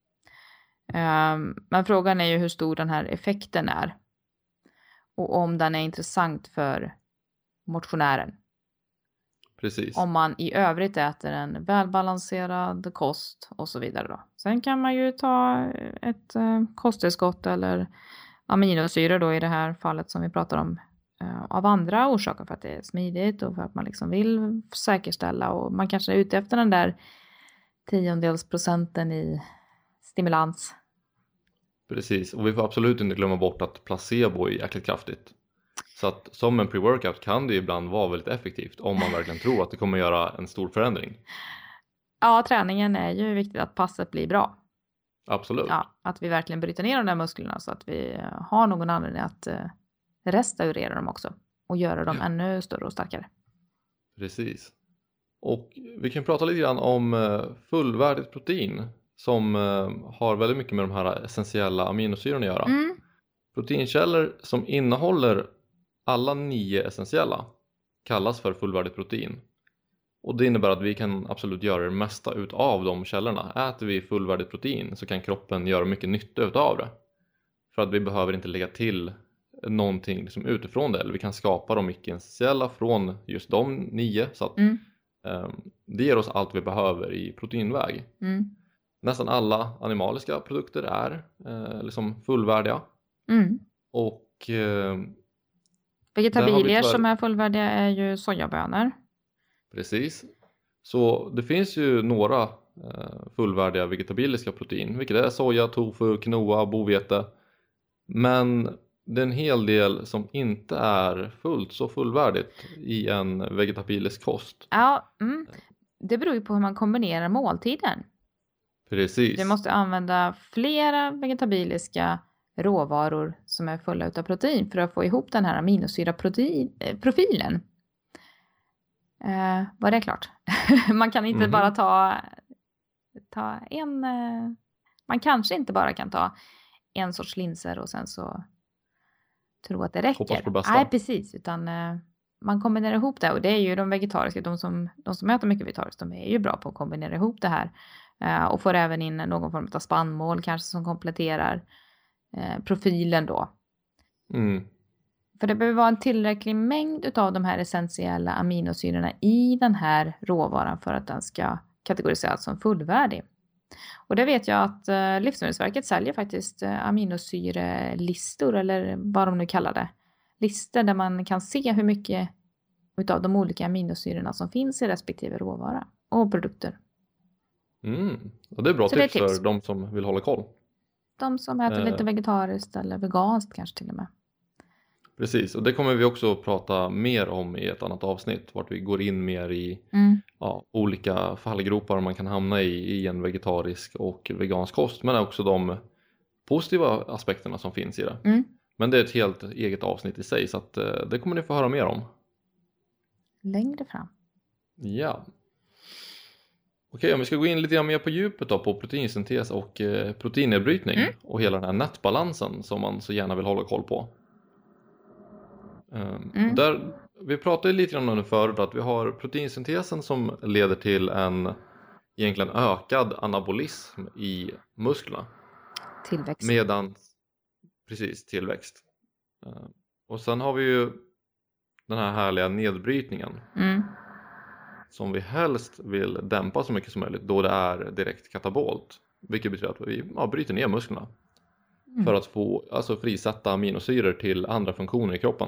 Men frågan är ju hur stor den här effekten är. Och om den är intressant för motionären. Precis. Om man i övrigt äter en välbalanserad kost och så vidare då. Sen kan man ju ta ett kosttillskott eller aminosyror då i det här fallet som vi pratar om av andra orsaker, för att det är smidigt och för att man liksom vill säkerställa, och man kanske är ute efter den där 10% i stimulans. Precis, och vi får absolut inte glömma bort att placebo är jäkligt kraftigt. Så att som en pre-workout kan det ibland vara väldigt effektivt om man verkligen tror att det kommer göra en stor förändring. Ja, träningen är ju viktigt att passet blir bra. Absolut. Ja, att vi verkligen bryter ner de där musklerna så att vi har någon anledning att restaurera dem också och göra dem ännu större och starkare. Precis. Och vi kan prata lite grann om fullvärdigt protein som har väldigt mycket med de här essentiella aminosyrorna att göra. Proteinkällor som innehåller alla 9 essentiella kallas för fullvärdigt protein. Och det innebär att vi kan absolut göra det mesta utav de källorna. Äter vi fullvärdigt protein så kan kroppen göra mycket nytta utav det. För att vi behöver inte lägga till någonting liksom utifrån det. Eller vi kan skapa de icke-essentiella från just de 9. Så att det ger oss allt vi behöver i proteinväg. Nästan alla animaliska produkter är liksom fullvärdiga. Och vegetabilier som är fullvärdiga är ju sojabönor. Precis. Så det finns ju några fullvärdiga vegetabiliska protein, vilket är soja, tofu, quinoa, bovete. Men det är en hel del som inte är fullt så fullvärdigt i en vegetabilisk kost. Ja, det beror ju på hur man kombinerar måltiden. Precis. Du måste använda flera vegetabiliska råvaror som är fulla av protein för att få ihop den här aminosyraprofilen. Var det klart? Man kan inte bara ta en... Man kanske inte bara kan ta en sorts linser och sen så tro att det räcker. Hoppas på bästa. Nej, precis. Utan man kombinerar ihop det. Och det är ju de vegetariska, de som äter mycket vegetariskt, de är ju bra på att kombinera ihop det här. Och får även in någon form av spannmål kanske som kompletterar profilen då. För det behöver vara en tillräcklig mängd utav de här essentiella aminosyrorna i den här råvaran för att den ska kategoriseras som fullvärdig. Och det vet jag att Livsmedelsverket säljer faktiskt aminosyrelistor, eller vad de nu kallar det. Listor där man kan se hur mycket utav de olika aminosyrorna som finns i respektive råvara och produkter. Och det är bra tips för de som vill hålla koll. De som äter lite vegetariskt eller veganskt kanske till och med. Precis, och det kommer vi också prata mer om i ett annat avsnitt. Vart vi går in mer i olika fallgropar man kan hamna i en vegetarisk och vegansk kost. Men också de positiva aspekterna som finns i det. Men det är ett helt eget avsnitt i sig, så att, det kommer ni få höra mer om. Längre fram. Ja. Okej, om vi ska gå in lite mer på djupet då, på proteinsyntes och proteinnedbrytning. Och hela den här nätbalansen som man så gärna vill hålla koll på. Där, vi pratade lite grann om det förut, att vi har proteinsyntesen som leder till en egentligen ökad anabolism i musklerna. Tillväxt. Precis, tillväxt. Och sen har vi ju den här härliga nedbrytningen. Som vi helst vill dämpa så mycket som möjligt då det är direkt katabolt. Vilket betyder att vi bryter ner musklerna. För att få frisätta aminosyror till andra funktioner i kroppen.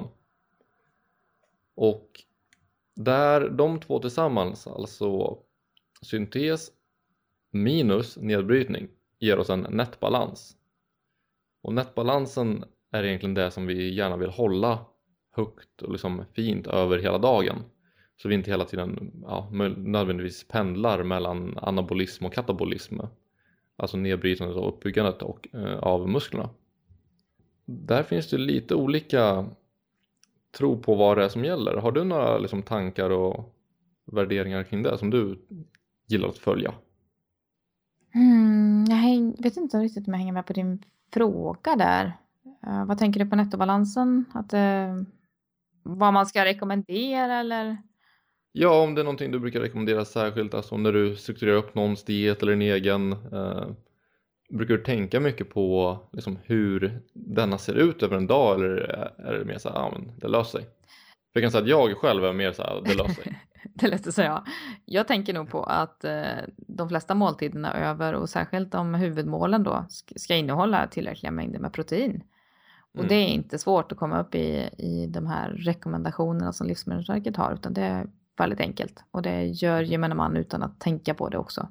Och där de två tillsammans, alltså syntes minus nedbrytning, ger oss en nätbalans. Och nätbalansen är egentligen det som vi gärna vill hålla högt och liksom fint över hela dagen. Så vi inte hela tiden nödvändigtvis pendlar mellan anabolism och katabolism. Alltså nedbrytandet och uppbyggandet av musklerna. Där finns det lite olika tro på vad det är som gäller. Har du några liksom tankar och värderingar kring det som du gillar att följa? Jag vet inte riktigt om jag hänger med på din fråga där. Vad tänker du på nettobalansen? Vad man ska rekommendera eller? Ja, om det är någonting du brukar rekommendera särskilt, alltså när du strukturerar upp någons diet eller en egen, brukar du tänka mycket på liksom hur denna ser ut över en dag, eller är det mer så här, men det löser sig? jag kan säga att jag själv är mer så här, det löser sig. Det är lätt att säga. Jag tänker nog på att de flesta måltiderna över och särskilt om huvudmålen då ska innehålla tillräckliga mängder med protein. Och det är inte svårt att komma upp i de här rekommendationerna som Livsmedelsverket har, utan det är väldigt enkelt. Och det gör gemene man utan att tänka på det också.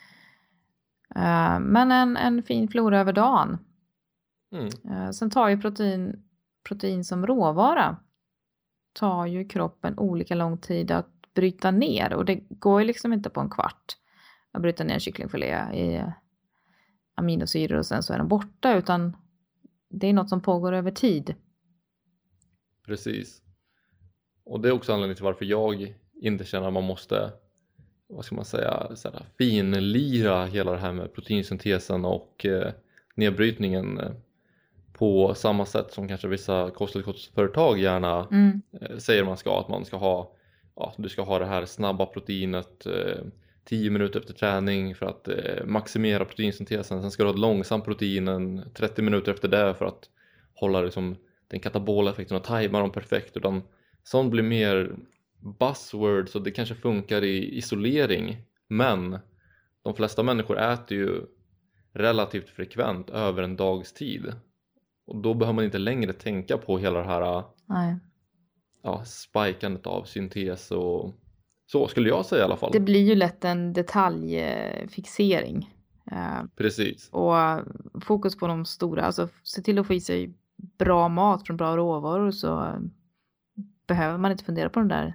Men en fin flora över dagen. Sen tar ju protein som råvara. Tar ju kroppen olika lång tid att bryta ner. Och det går ju liksom inte på en kvart. Att bryta ner kycklingfilé i aminosyror och sen så är den borta. Utan det är något som pågår över tid. Precis. Och det är också anledningen till varför jag inte känner att man måste, vad ska man säga, så här, finlira hela det här med proteinsyntesen och nedbrytningen på samma sätt som kanske vissa kosttillskottsföretag gärna säger man ska. Att man ska ha, du ska ha det här snabba proteinet 10 minuter efter träning för att maximera proteinsyntesen. Sen ska du ha ett långsamt proteinen 30 minuter efter det för att hålla liksom den katabola effekten och tajma dem perfekt. Utan sånt blir mer buzzword, så det kanske funkar i isolering. Men de flesta människor äter ju relativt frekvent över en dags tid. Och då behöver man inte längre tänka på hela det här spikandet av syntes och så skulle jag säga i alla fall. Det blir ju lätt en detaljfixering. Precis. Och fokus på de stora. Alltså se till att få i sig bra mat från bra råvaror, så behöver man inte fundera på de där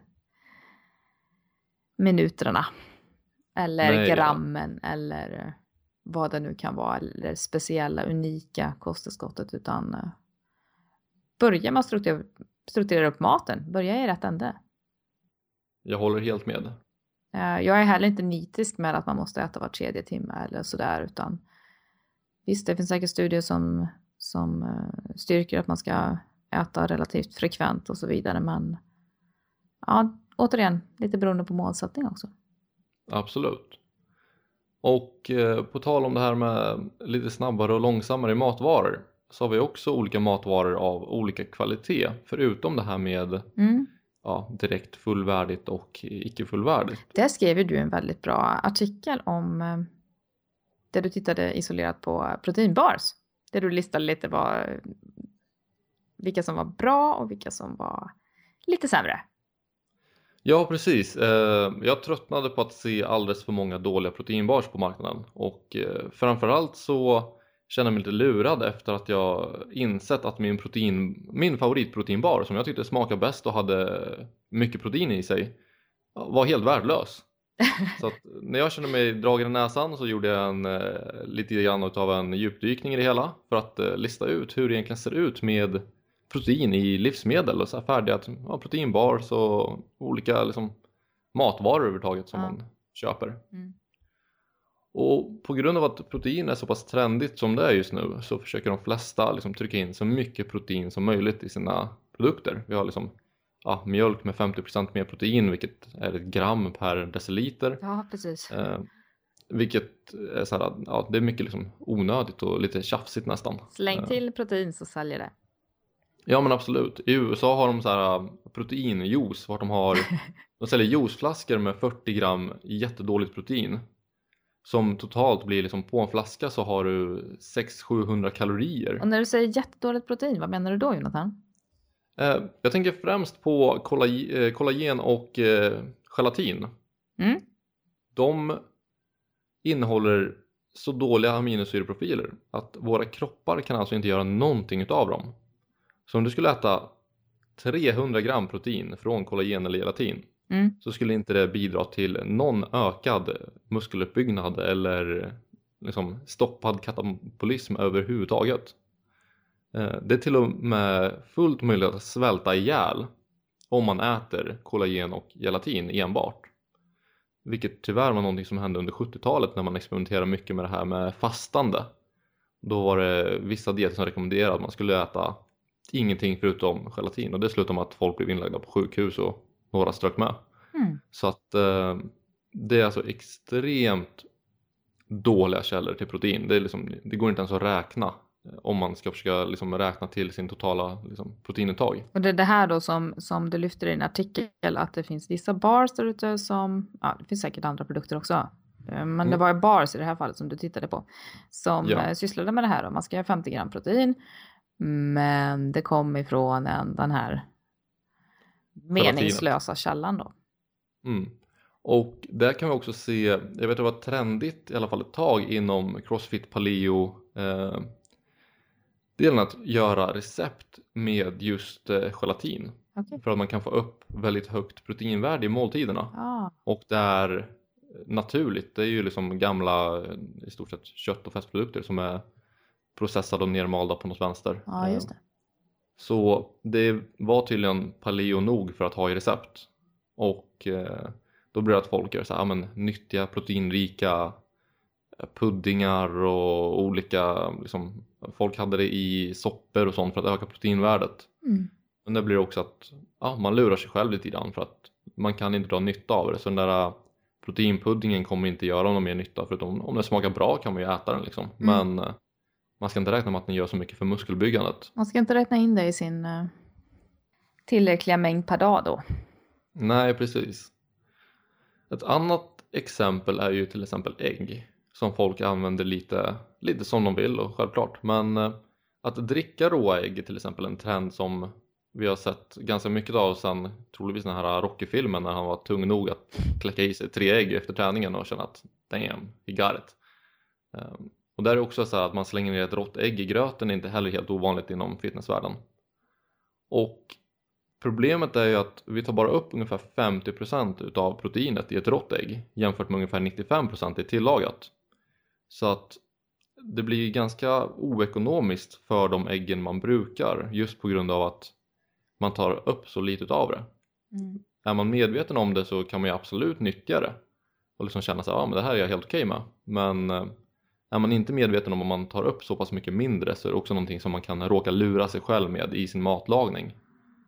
minuterna. Eller grammen eller vad det nu kan vara. Eller speciella, unika kosttillskottet. Utan börja med att strukturera upp maten. Börja i rätt ände. Jag håller helt med. Jag är heller inte nitisk med att man måste äta var 3:e timme eller sådär. Utan visst, det finns säkert studier som styrker att man ska äta relativt frekvent och så vidare. Men ja, återigen, lite beroende på målsättning också. Absolut. Och på tal om det här med lite snabbare och långsammare matvaror, så har vi också olika matvaror av olika kvalitet. Förutom det här med direkt fullvärdigt och icke fullvärdigt. Där skrev du en väldigt bra artikel om där du tittade isolerat på proteinbars. Där du listade lite vilka som var bra och vilka som var lite sämre. Ja, precis. Jag tröttnade på att se alldeles för många dåliga proteinbars på marknaden. Och framförallt så känner jag mig lite lurad efter att jag insett att min favoritproteinbar, som jag tyckte smakade bäst och hade mycket protein i sig, var helt värdelös. Så att när jag kände mig dragen i näsan så gjorde jag lite grann av en djupdykning i det hela för att lista ut hur det egentligen ser ut med protein i livsmedel och så här färdiga proteinbars och olika liksom matvaror överhuvudtaget som man köper. Och på grund av att protein är så pass trendigt som det är just nu, så försöker de flesta liksom trycka in så mycket protein som möjligt i sina produkter. Vi har liksom mjölk med 50% mer protein, vilket är 1 gram per deciliter. Ja, precis. Vilket är så här, det är mycket liksom onödigt och lite tjafsigt nästan. Släng till protein så säljer det. Ja, men absolut. I USA har de så här proteinjuice, de säljer juiceflaskor med 40 gram jättedåligt protein. Som totalt blir liksom, på en flaska så har du 600-700 kalorier. Och när du säger jättedåligt protein, vad menar du då, Jonathan? Jag tänker främst på kollagen och gelatin. De innehåller så dåliga aminosyreprofiler att våra kroppar kan alltså inte göra någonting utav dem. Så om du skulle äta 300 gram protein från kollagen eller gelatin, så skulle inte det bidra till någon ökad muskeluppbyggnad eller liksom stoppad katabolism överhuvudtaget. Det är till och med fullt möjligt att svälta ihjäl om man äter kollagen och gelatin enbart. Vilket tyvärr var någonting som hände under 70-talet när man experimenterade mycket med det här med fastande. Då var det vissa dieter som rekommenderade att man skulle äta ingenting förutom gelatin. Och det slutade med att folk blev inlagda på sjukhus och några strök med. Så att det är alltså extremt dåliga källor till protein. Det går inte ens att räkna om man ska försöka liksom räkna till sin totala liksom, proteinintag. Och det är det här då som du lyfter i din artikel, att det finns vissa bars där ute som, ja det finns säkert andra produkter också, men det var bars i det här fallet som du tittade på som sysslade med det här, och man ska ha 50 gram protein, men det kom ifrån den här meningslösa källan då. Och där kan vi också se, jag vet att det var trendigt i alla fall ett tag inom CrossFit Paleo delen att göra recept med just gelatin. Okay. För att man kan få upp väldigt högt proteinvärde i måltiderna. Och det är naturligt, det är ju liksom gamla i stort sett kött- och festprodukter som är processade och nermalda på något vänster. Ja, just det. Så det var tydligen paleo nog för att ha i recept. Och då blir det att folk gör så här, men nyttiga proteinrika puddingar och olika liksom, folk hade det i soppor och sånt för att öka proteinvärdet. Men det blir också att man lurar sig själv lite grann för att man kan inte dra nytta av det. Så den där proteinpuddingen kommer inte göra någon mer nytta, för om den smakar bra kan man ju äta den liksom. Men man ska inte räkna med att den gör så mycket för muskelbyggandet. Man ska inte räkna in det i sin tillräckliga mängd per dag då. Nej, precis. Ett annat exempel är ju till exempel ägg, som folk använder lite som de vill och självklart. Men att dricka råa ägg är till exempel en trend som vi har sett ganska mycket av sen troligtvis den här Rocky-filmen, när han var tung nog att kläcka i sig 3 ägg efter träningen och känna att damn, he got it. Och där är också så här att man slänger ner ett rått ägg i gröten, är inte heller helt ovanligt inom fitnessvärlden. Och problemet är ju att vi tar bara upp ungefär 50% av proteinet i ett rått ägg jämfört med ungefär 95% i tillagat. Så att det blir ganska oekonomiskt för de äggen man brukar, just på grund av att man tar upp så lite av det. Är man medveten om det så kan man ju absolut nyttja det och liksom känna sig, men det här är jag helt okej med. Men är man inte medveten om man tar upp så pass mycket mindre, så är det också någonting som man kan råka lura sig själv med i sin matlagning.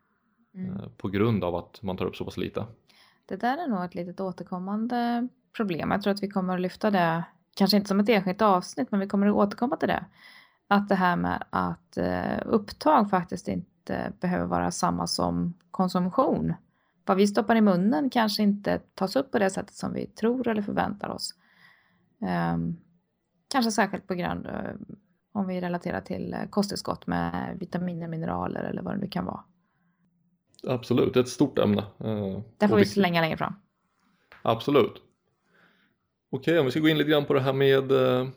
På grund av att man tar upp så pass lite. Det där är nog ett litet återkommande problem. Jag tror att vi kommer att lyfta det, kanske inte som ett enskilt avsnitt, men vi kommer att återkomma till det. Att det här med att upptag faktiskt inte behöver vara samma som konsumtion. Vad vi stoppar i munnen kanske inte tas upp på det sättet som vi tror eller förväntar oss. Kanske särskilt på grund om vi relaterar till kosttillskott med vitaminer, mineraler eller vad det nu kan vara. Absolut, det är ett stort ämne. Det får vi slänga längre fram. Absolut. Okej, om vi ska gå in lite grann på det här med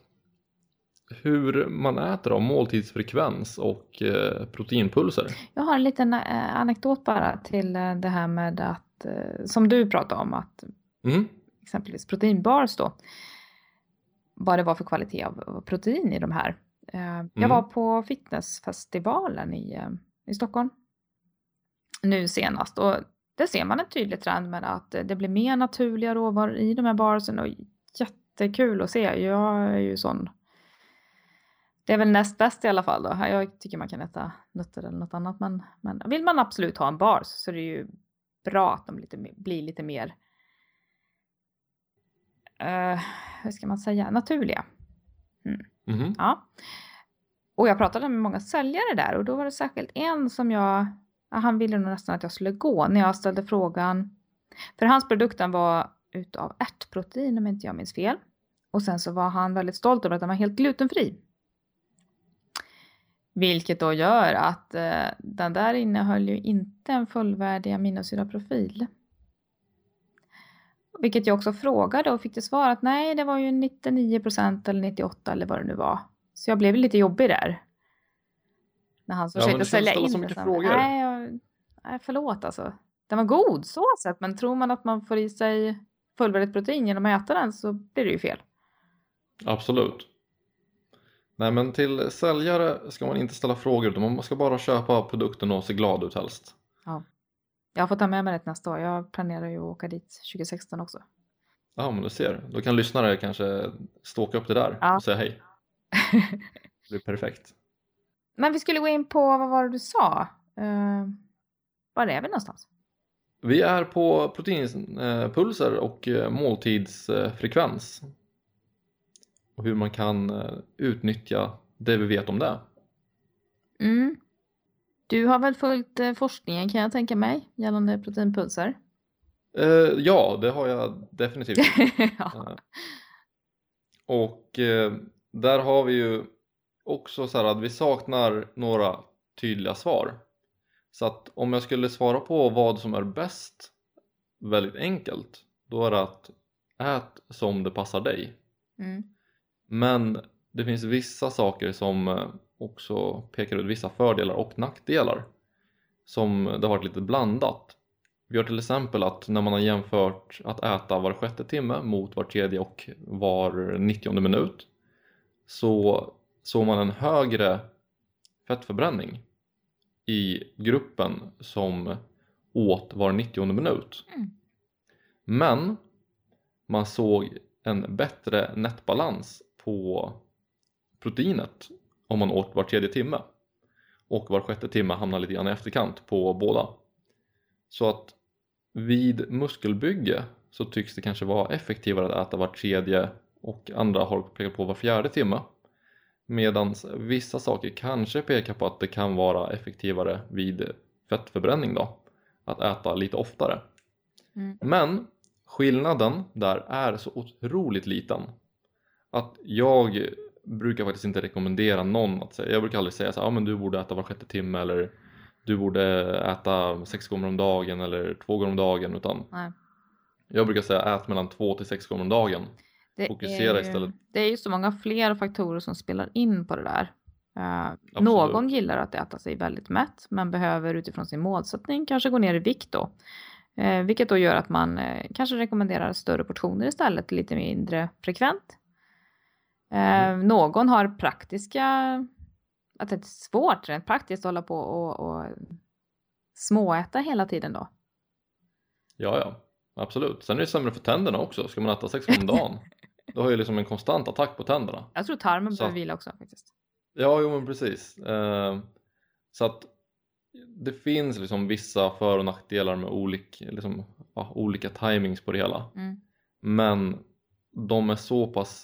hur man äter av måltidsfrekvens och proteinpulser. Jag har en liten anekdot bara till det här med att, som du pratade om, att exempelvis proteinbars då, vad det var för kvalitet av protein i de här. Jag var på fitnessfestivalen i Stockholm nu senast, och där ser man en tydlig trend med att det blir mer naturliga råvaror i de här barsen, och jättekul att se. Jag är ju sån. Det är väl näst bäst i alla fall då. Jag tycker man kan äta nötter eller något annat, men vill man absolut ha en bars så är det ju bra att de blir lite mer hur ska man säga, naturliga. Ja. Och jag pratade med många säljare där, och då var det särskilt en som han ville nog nästan att jag skulle gå när jag ställde frågan. För hans produkten var utav ärtprotein, om inte jag minns fel. Och sen så var han väldigt stolt över att den var helt glutenfri. Vilket då gör att den där innehöll ju inte en fullvärdig aminosyraprofil. Vilket jag också frågade och fick till svar att nej, det var ju 99% eller 98% eller vad det nu var. Så jag blev lite jobbig där. När han försökte sälja in det. Nej, förlåt alltså. Den var god så sett, men tror man att man får i sig fullvärdigt protein genom att äta den, så blir det ju fel. Absolut. Nej, men till säljare ska man inte ställa frågor, utan man ska bara köpa produkten och se glad ut helst. Ja. Jag får ta med mig det nästa år. Jag planerar ju att åka dit 2016 också. Ja, men du ser. Då kan lyssnare kanske ståka upp det där och säga hej. Det blir perfekt. Men vi skulle gå in på, vad var det du sa? Var är vi någonstans? Vi är på proteinpulser och måltidsfrekvens. Och hur man kan utnyttja det vi vet om det. Du har väl följt forskningen kan jag tänka mig gällande proteinpulser? Ja, det har jag definitivt. Ja. Och där har vi ju också så här att vi saknar några tydliga svar. Så att om jag skulle svara på vad som är bäst, väldigt enkelt, då är det att ät som det passar dig. Men det finns vissa saker som också pekar ut vissa fördelar och nackdelar som det har varit lite blandat. Vi har till exempel att när man har jämfört att äta var 6:e timme mot var 3:e och var 90:e minut, så såg man en högre fettförbränning i gruppen som åt var 90:e minut. Men man såg en bättre nettbalans på proteinet om man åt var 3:e timme. Och var 6:e timme hamnar lite grann i efterkant på båda. Så att vid muskelbygge så tycks det kanske vara effektivare att äta var 3:e och andra har pekat på var 4:e timme. Medan vissa saker kanske pekar på att det kan vara effektivare vid fettförbränning då. Att äta lite oftare. Men skillnaden där är så otroligt liten att jag brukar faktiskt inte rekommendera någon att säga. Jag brukar aldrig säga så här, men du borde äta var 6:e timme eller du borde äta 6 gånger om dagen eller 2 gånger om dagen, utan jag brukar säga ät mellan 2 till 6 gånger om dagen. Fokusera istället. Det är ju så många fler faktorer som spelar in på det där. Någon gillar att äta sig väldigt mätt men behöver utifrån sin målsättning kanske gå ner i vikt då. Vilket då gör att man kanske rekommenderar större portioner istället, lite mindre frekvent. Någon har att det är svårt rent praktiskt att hålla på och småäta hela tiden då. Ja, absolut. Sen är det sämre för tänderna också. Ska man äta 6 gånger om dagen, då har ju liksom en konstant attack på tänderna. Jag tror tarmen behöver vila också faktiskt. Ja, men precis. Så att det finns liksom vissa för- och nackdelar med olika timings på det hela. Men de är så pass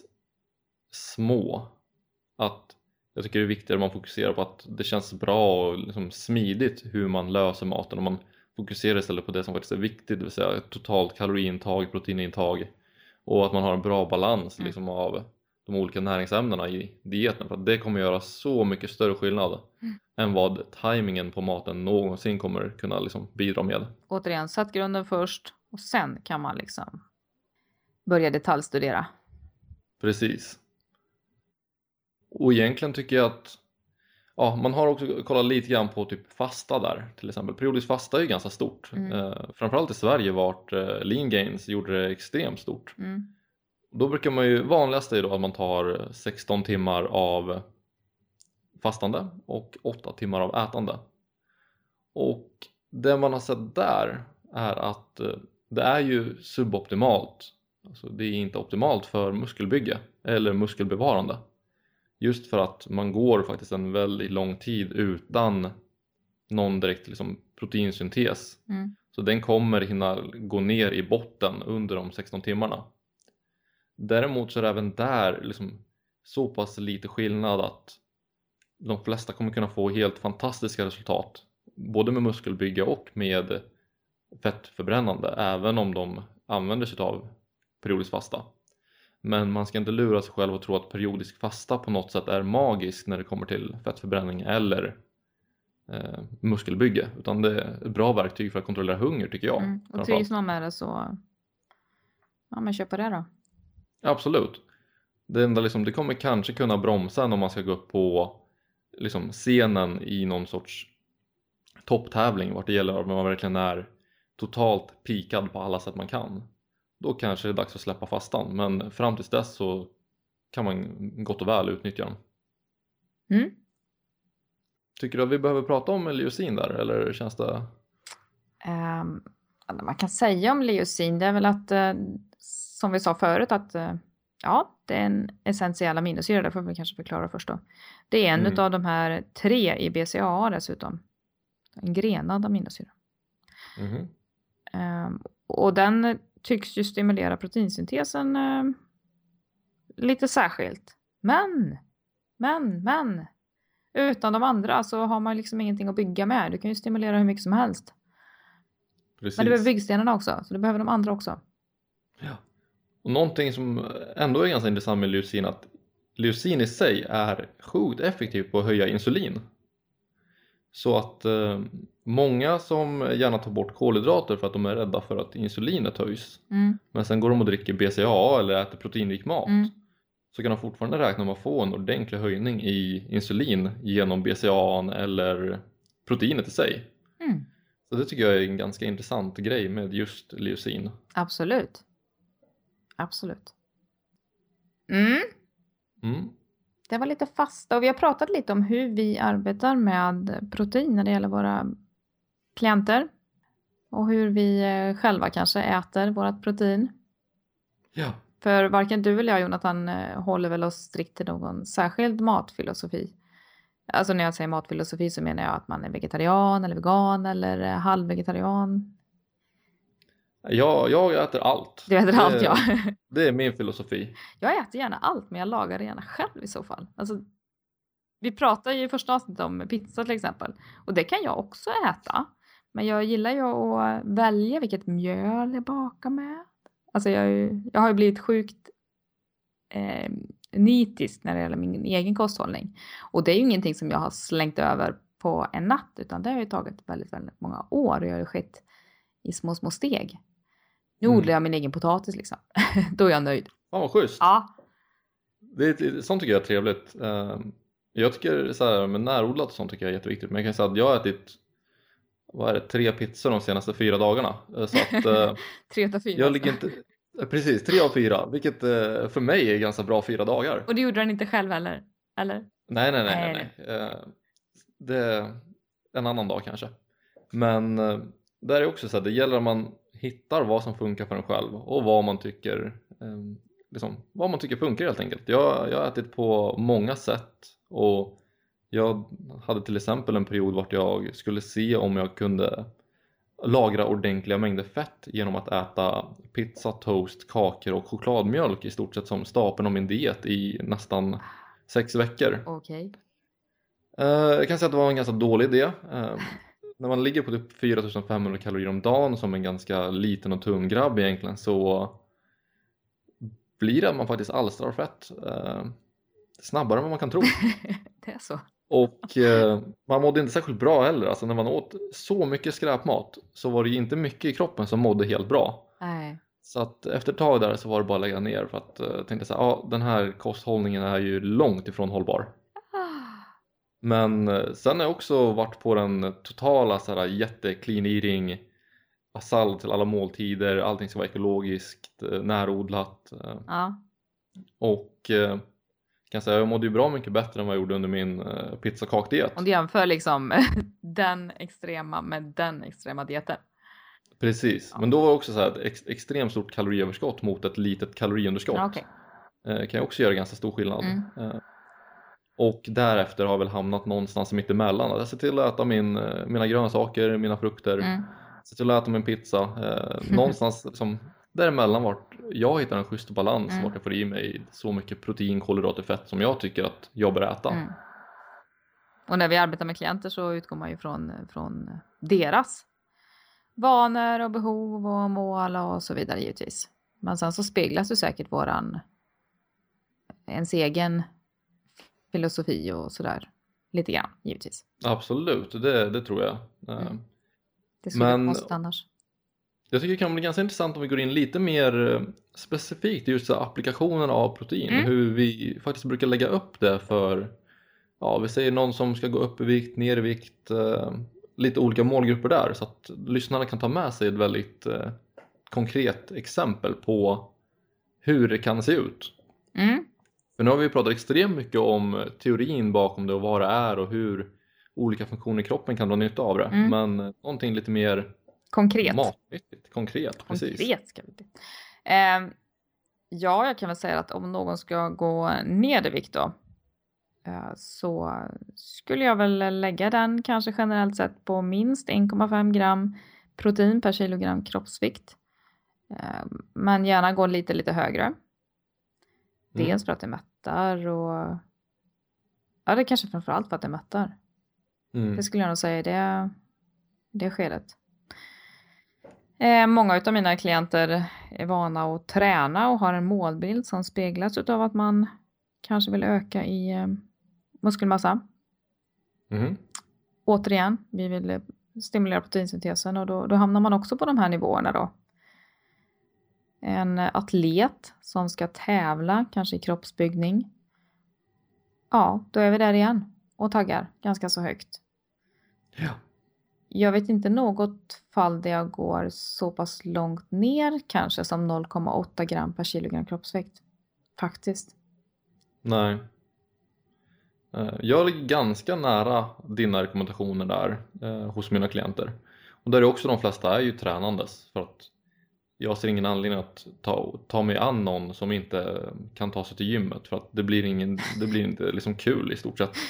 små att jag tycker det är viktigare att man fokuserar på att det känns bra och liksom smidigt hur man löser maten, och man fokuserar istället på det som faktiskt är viktigt, det vill säga totalt kaloriintag, proteinintag, och att man har en bra balans liksom av de olika näringsämnena i dieten, för att det kommer göra så mycket större skillnad än vad timingen på maten någonsin kommer kunna liksom bidra med. Återigen, sätt grunden först och sen kan man liksom börja detaljstudera. Precis. Och egentligen tycker jag att man har också kollat lite grann på typ fasta där. Till exempel periodisk fasta är ju ganska stort. Framförallt i Sverige vart Lean Gains gjorde det extremt stort. Då brukar man ju, vanligast är då att man tar 16 timmar av fastande och 8 timmar av ätande. Och det man har sett där är att det är ju suboptimalt. Alltså det är inte optimalt för muskelbygge eller muskelbevarande. Just för att man går faktiskt en väldigt lång tid utan någon direkt liksom proteinsyntes. Så den kommer hinna gå ner i botten under de 16 timmarna. Däremot så är det även där liksom så pass lite skillnad att de flesta kommer kunna få helt fantastiska resultat. Både med muskelbygge och med fettförbrännande. Även om de använder sig av periodisk fasta. Men man ska inte lura sig själv och tro att periodisk fasta på något sätt är magisk när det kommer till fettförbränning eller muskelbygge. Utan det är ett bra verktyg för att kontrollera hunger, tycker jag. Och trivs man med det så men kör på det då. Absolut. Det enda liksom, det kommer kanske kunna bromsa om man ska gå upp på liksom scenen i någon sorts topptävling vart det gäller att man verkligen är totalt pikad på alla sätt man kan. Då kanske det är dags att släppa fastan, men fram tills dess så kan man gott och väl utnyttja den. Tycker du att vi behöver prata om leucin där, eller känns det? Man kan säga om leucin, det är väl att som vi sa förut att det är en essentiell aminosyra, det får vi kanske förklara först då. Det är en av de här 3 i BCAA dessutom. En grenad aminosyra. Och den tycks ju stimulera proteinsyntesen lite särskilt. Men Utan de andra så har man liksom ingenting att bygga med. Du kan ju stimulera hur mycket som helst. Precis. Men du behöver byggstenarna också, så du behöver de andra också. Ja. Och någonting som ändå är ganska intressant med leucin, att leucin i sig är sjukt effektivt på att höja insulin. Så att många som gärna tar bort kolhydrater för att de är rädda för att insulinet höjs. Men sen går de och dricker BCAA eller äter proteinrik mat. Så kan de fortfarande räkna med att få en ordentlig höjning i insulin genom BCAA eller proteinet i sig. Så det tycker jag är en ganska intressant grej med just leucin. Absolut. Det var lite fasta och vi har pratat lite om hur vi arbetar med protein när det gäller våra klienter. Och hur vi själva kanske äter vårat protein. Ja. För varken du eller jag, Jonathan, håller väl oss strikt till någon särskild matfilosofi. Alltså när jag säger matfilosofi så menar jag att man är vegetarian eller vegan eller halvvegetarian. Jag äter allt. Du äter allt, ja. Det är min filosofi. Jag äter gärna allt, men jag lagar det gärna själv i så fall. Alltså, vi pratar ju i första avsnittet om pizza till exempel. Och det kan jag också äta. Men jag gillar ju att välja vilket mjöl jag bakar med. Alltså jag har ju blivit sjukt nitisk när det gäller min egen kosthållning. Och det är ju ingenting som jag har slängt över på en natt. Utan det har ju tagit väldigt, väldigt många år. Och jag har ju skett i små steg. Nu odlar jag min egen potatis liksom. Då är jag nöjd. Ja, vad schysst. Ja. Sånt tycker jag är trevligt. Jag tycker så här, med närodlat och sånt tycker jag är jätteviktigt. Men jag kan säga att jag har ätit 3 pizzor de senaste 4 dagarna. Så att 3 av 4. jag ligger inte... Precis, 3 av 4. Vilket för mig är ganska bra 4 dagar. Och du gjorde den inte själv heller? Eller? Nej. Det är en annan dag kanske. Men där är också så här, det gäller att man hittar vad som funkar för en själv. Och vad man tycker vad man tycker funkar helt enkelt. Jag har ätit på många sätt. Och jag hade till exempel en period vart jag skulle se om jag kunde lagra ordentliga mängder fett genom att äta pizza, toast, kakor och chokladmjölk i stort sett som stapeln av min diet i nästan 6 veckor. Okej. Jag kan säga att det var en ganska dålig idé. När man ligger på typ 4500 kalorier om dagen som en ganska liten och tunn grabb egentligen, så blir det att man faktiskt alstrar fett snabbare än vad man kan tro. Det är så. Och man mådde inte särskilt bra heller. Alltså när man åt så mycket skräpmat så var det ju inte mycket i kroppen som mådde helt bra. Nej. Så att efter ett tag där så var det bara att lägga ner. För att jag tänkte så här, den här kosthållningen är ju långt ifrån hållbar. Men sen har jag också varit på den totala så här, jätte-clean eating. Sallad till alla måltider. Allting ska vara ekologiskt, närodlat. Ja. Och kan säga, jag mådde ju bra mycket bättre än vad jag gjorde under min pizzakakdiet. Om du jämför liksom den extrema med den extrema dieten. Precis, men då var det också så här ett extremt stort kaloriöverskott mot ett litet kaloriunderskott. Ja, okay. Kan jag också göra ganska stor skillnad. Och därefter har jag väl hamnat någonstans mitt emellan. Jag ser till att äta mina grönsaker, mina frukter. Ser till att äta min pizza. Någonstans som däremellan vart jag hittar en schysst balans. Vart jag får i mig så mycket protein, kolhydrater, fett som jag tycker att jag bör äta. Och när vi arbetar med klienter så utgår man ju från deras vanor och behov och mål och så vidare givetvis. Men sen så speglas ju säkert ens egen filosofi och sådär lite grann givetvis. Absolut, det tror jag. Det skulle vara konstigt annars. Jag tycker det kan bli ganska intressant om vi går in lite mer specifikt just applikationen av protein. Hur vi faktiskt brukar lägga upp det för, vi säger någon som ska gå upp i vikt, ner i vikt, lite olika målgrupper där. Så att lyssnarna kan ta med sig ett väldigt konkret exempel på hur det kan se ut. För nu har vi pratat extremt mycket om teorin bakom det och vad det är och hur olika funktioner i kroppen kan dra nytta av det. Men någonting lite mer konkret. Matnyttigt. Konkret, precis. Konkret ska vi bli. Ja, jag kan väl säga att om någon ska gå ner i vikt då, så skulle jag väl lägga den kanske generellt sett på minst 1,5 gram protein per kilogram kroppsvikt. Men gärna gå lite högre. Dels för att det mättar och Ja, det är kanske framförallt för att det mättar. Mm. Det skulle jag nog säga i det skedet. Många av mina klienter är vana att träna och har en målbild som speglas av att man kanske vill öka i muskelmassa. Mm. Återigen, vi vill stimulera proteinsyntesen och då hamnar man också på de här nivåerna då. En atlet som ska tävla, kanske i kroppsbyggning. Ja, då är vi där igen och taggar ganska så högt. Ja. Jag vet inte något fall där jag går så pass långt ner kanske som 0,8 gram per kilogram kroppsvikt. Faktiskt. Nej. Jag ligger ganska nära dina rekommendationer där hos mina klienter. Och där är också de flesta är ju tränandes. För att jag ser ingen anledning att ta mig an någon som inte kan ta sig till gymmet. För att det blir inte liksom kul i stort sett.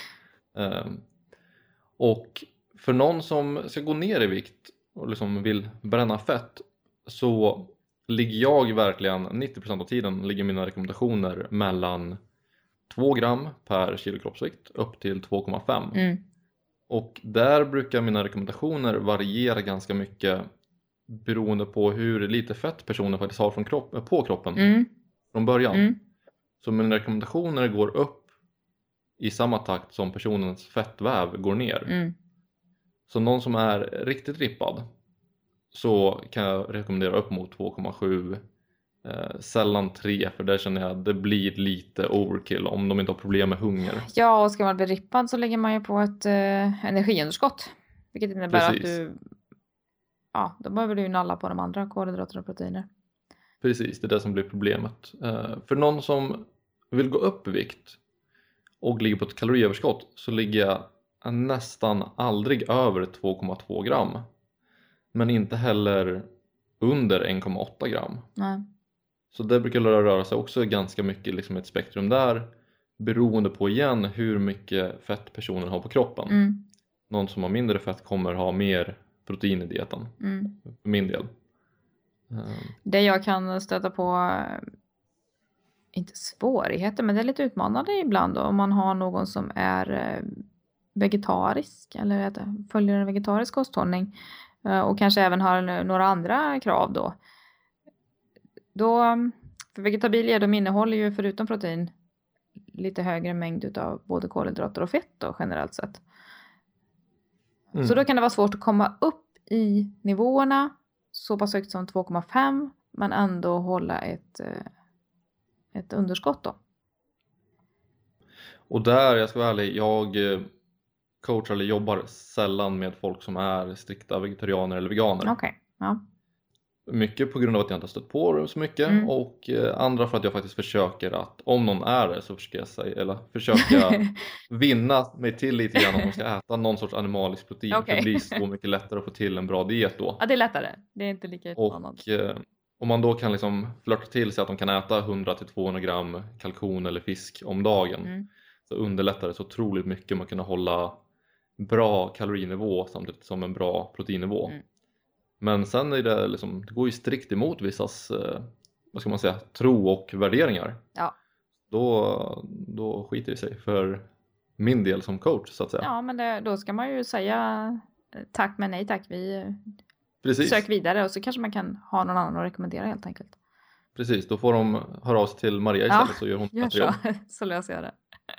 Och för någon som ska gå ner i vikt och liksom vill bränna fett, så ligger jag verkligen 90% av tiden ligger mina rekommendationer mellan 2 gram per kilo kroppsvikt upp till 2,5. Mm. Och där brukar mina rekommendationer variera ganska mycket beroende på hur lite fett personen faktiskt har på kroppen från början. Så mina rekommendationer går upp i samma takt som personens fettväv går ner. Så någon som är riktigt rippad, så kan jag rekommendera upp mot 2,7, sällan 3, för där känner jag att det blir lite overkill om de inte har problem med hunger. Ja, och ska man bli rippad så lägger man ju på ett energiunderskott. Vilket innebär Precis. att då behöver du nalla på de andra kolhydrater och proteiner. Precis, det är det som blir problemet. För någon som vill gå upp i vikt och ligger på ett kaloriöverskott, så ligger jag nästan aldrig över 2,2 gram. Men inte heller under 1,8 gram. Nej. Så det brukar röra sig också ganska mycket liksom ett spektrum där. Beroende på igen hur mycket fett personen har på kroppen. Någon som har mindre fett kommer ha mer protein i dieten. För min del. Det jag kan stöta på, inte svårigheter, men det är lite utmanande ibland då, om man har någon som är vegetarisk eller följer en vegetarisk kosthållning och kanske även har några andra krav då. För vegetabilier, de innehåller ju förutom protein lite högre mängd av både kolhydrater och fett då, generellt sett. Så då kan det vara svårt att komma upp i nivåerna så pass högt som 2,5 men ändå hålla ett underskott då. Och där, jag ska vara ärlig, jag coachar eller jobbar sällan med folk som är strikta vegetarianer eller veganer. Okej, ja. Mycket på grund av att jag inte har stött på det så mycket och andra för att jag faktiskt försöker att, om någon är det, så försöka vinna mig till lite grann om de ska äta någon sorts animalisk protein. Okay. Det blir så mycket lättare att få till en bra diet då. Ja, det är lättare. Det är inte lika utmanande. Och om man då kan liksom flirta till sig att de kan äta 100-200 gram kalkon eller fisk om dagen, så underlättar det så otroligt mycket med att kunna hålla bra kalorinivå samtidigt som en bra proteinnivå. Men sen är det liksom, det går ju strikt emot vissas vad ska man säga, tro och värderingar. Ja. Då skiter det sig för min del som coach, så att säga. Ja, men då ska man ju säga tack men nej tack. Vi Precis. Sök vidare och så kanske man kan ha någon annan att rekommendera helt enkelt. Precis, då får de höra av sig till Maria istället, så gör hon gör så. Så löser jag det.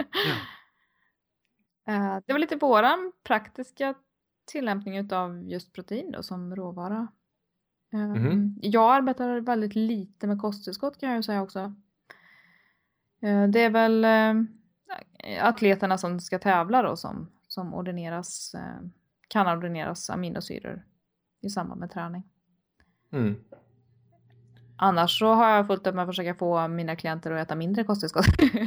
Det var lite våran praktiska tillämpning av just protein då, som råvara. Jag arbetar väldigt lite med kosttillskott, kan jag ju säga också. Det är väl atleterna som ska tävla då som ordineras, kan ordineras aminosyror i samband med träning. Annars så har jag fullt upp med att försöka få mina klienter att äta mindre kosttillskott.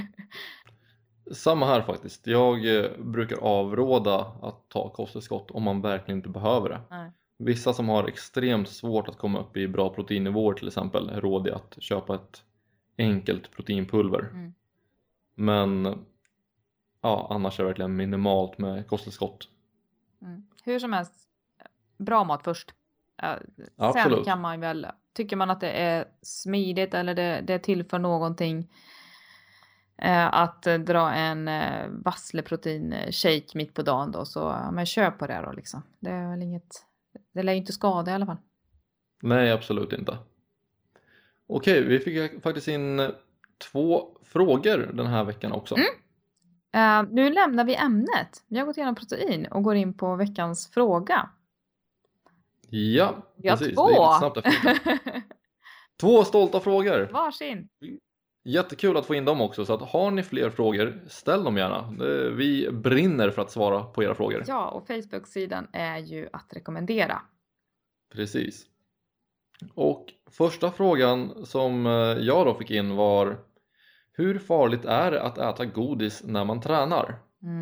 Samma här faktiskt. Jag brukar avråda att ta kosttillskott om man verkligen inte behöver det. Nej. Vissa som har extremt svårt att komma upp i bra proteinnivåer till exempel är rådiga att köpa ett enkelt proteinpulver. Men ja, annars är det verkligen minimalt med kosttillskott. Hur som helst, bra mat först. Sen kan man väl, tycker man att det är smidigt eller det tillför någonting Att dra en vassleprotein shake mitt på dagen då, så men kör på det då liksom. Det är väl inget, det lär ju inte skada i alla fall. Nej, absolut inte. Okej, vi fick faktiskt in 2 frågor den här veckan också. Nu lämnar vi ämnet. Vi har gått igenom protein och går in på veckans fråga. Ja, precis. 2. Det är lite snabbt efter. 2 stolta frågor. Varsin. Jättekul att få in dem också. Så att har ni fler frågor, ställ dem gärna. Vi brinner för att svara på era frågor. Ja, och Facebook-sidan är ju att rekommendera. Precis. Och första frågan som jag då fick in var: hur farligt är det att äta godis när man tränar?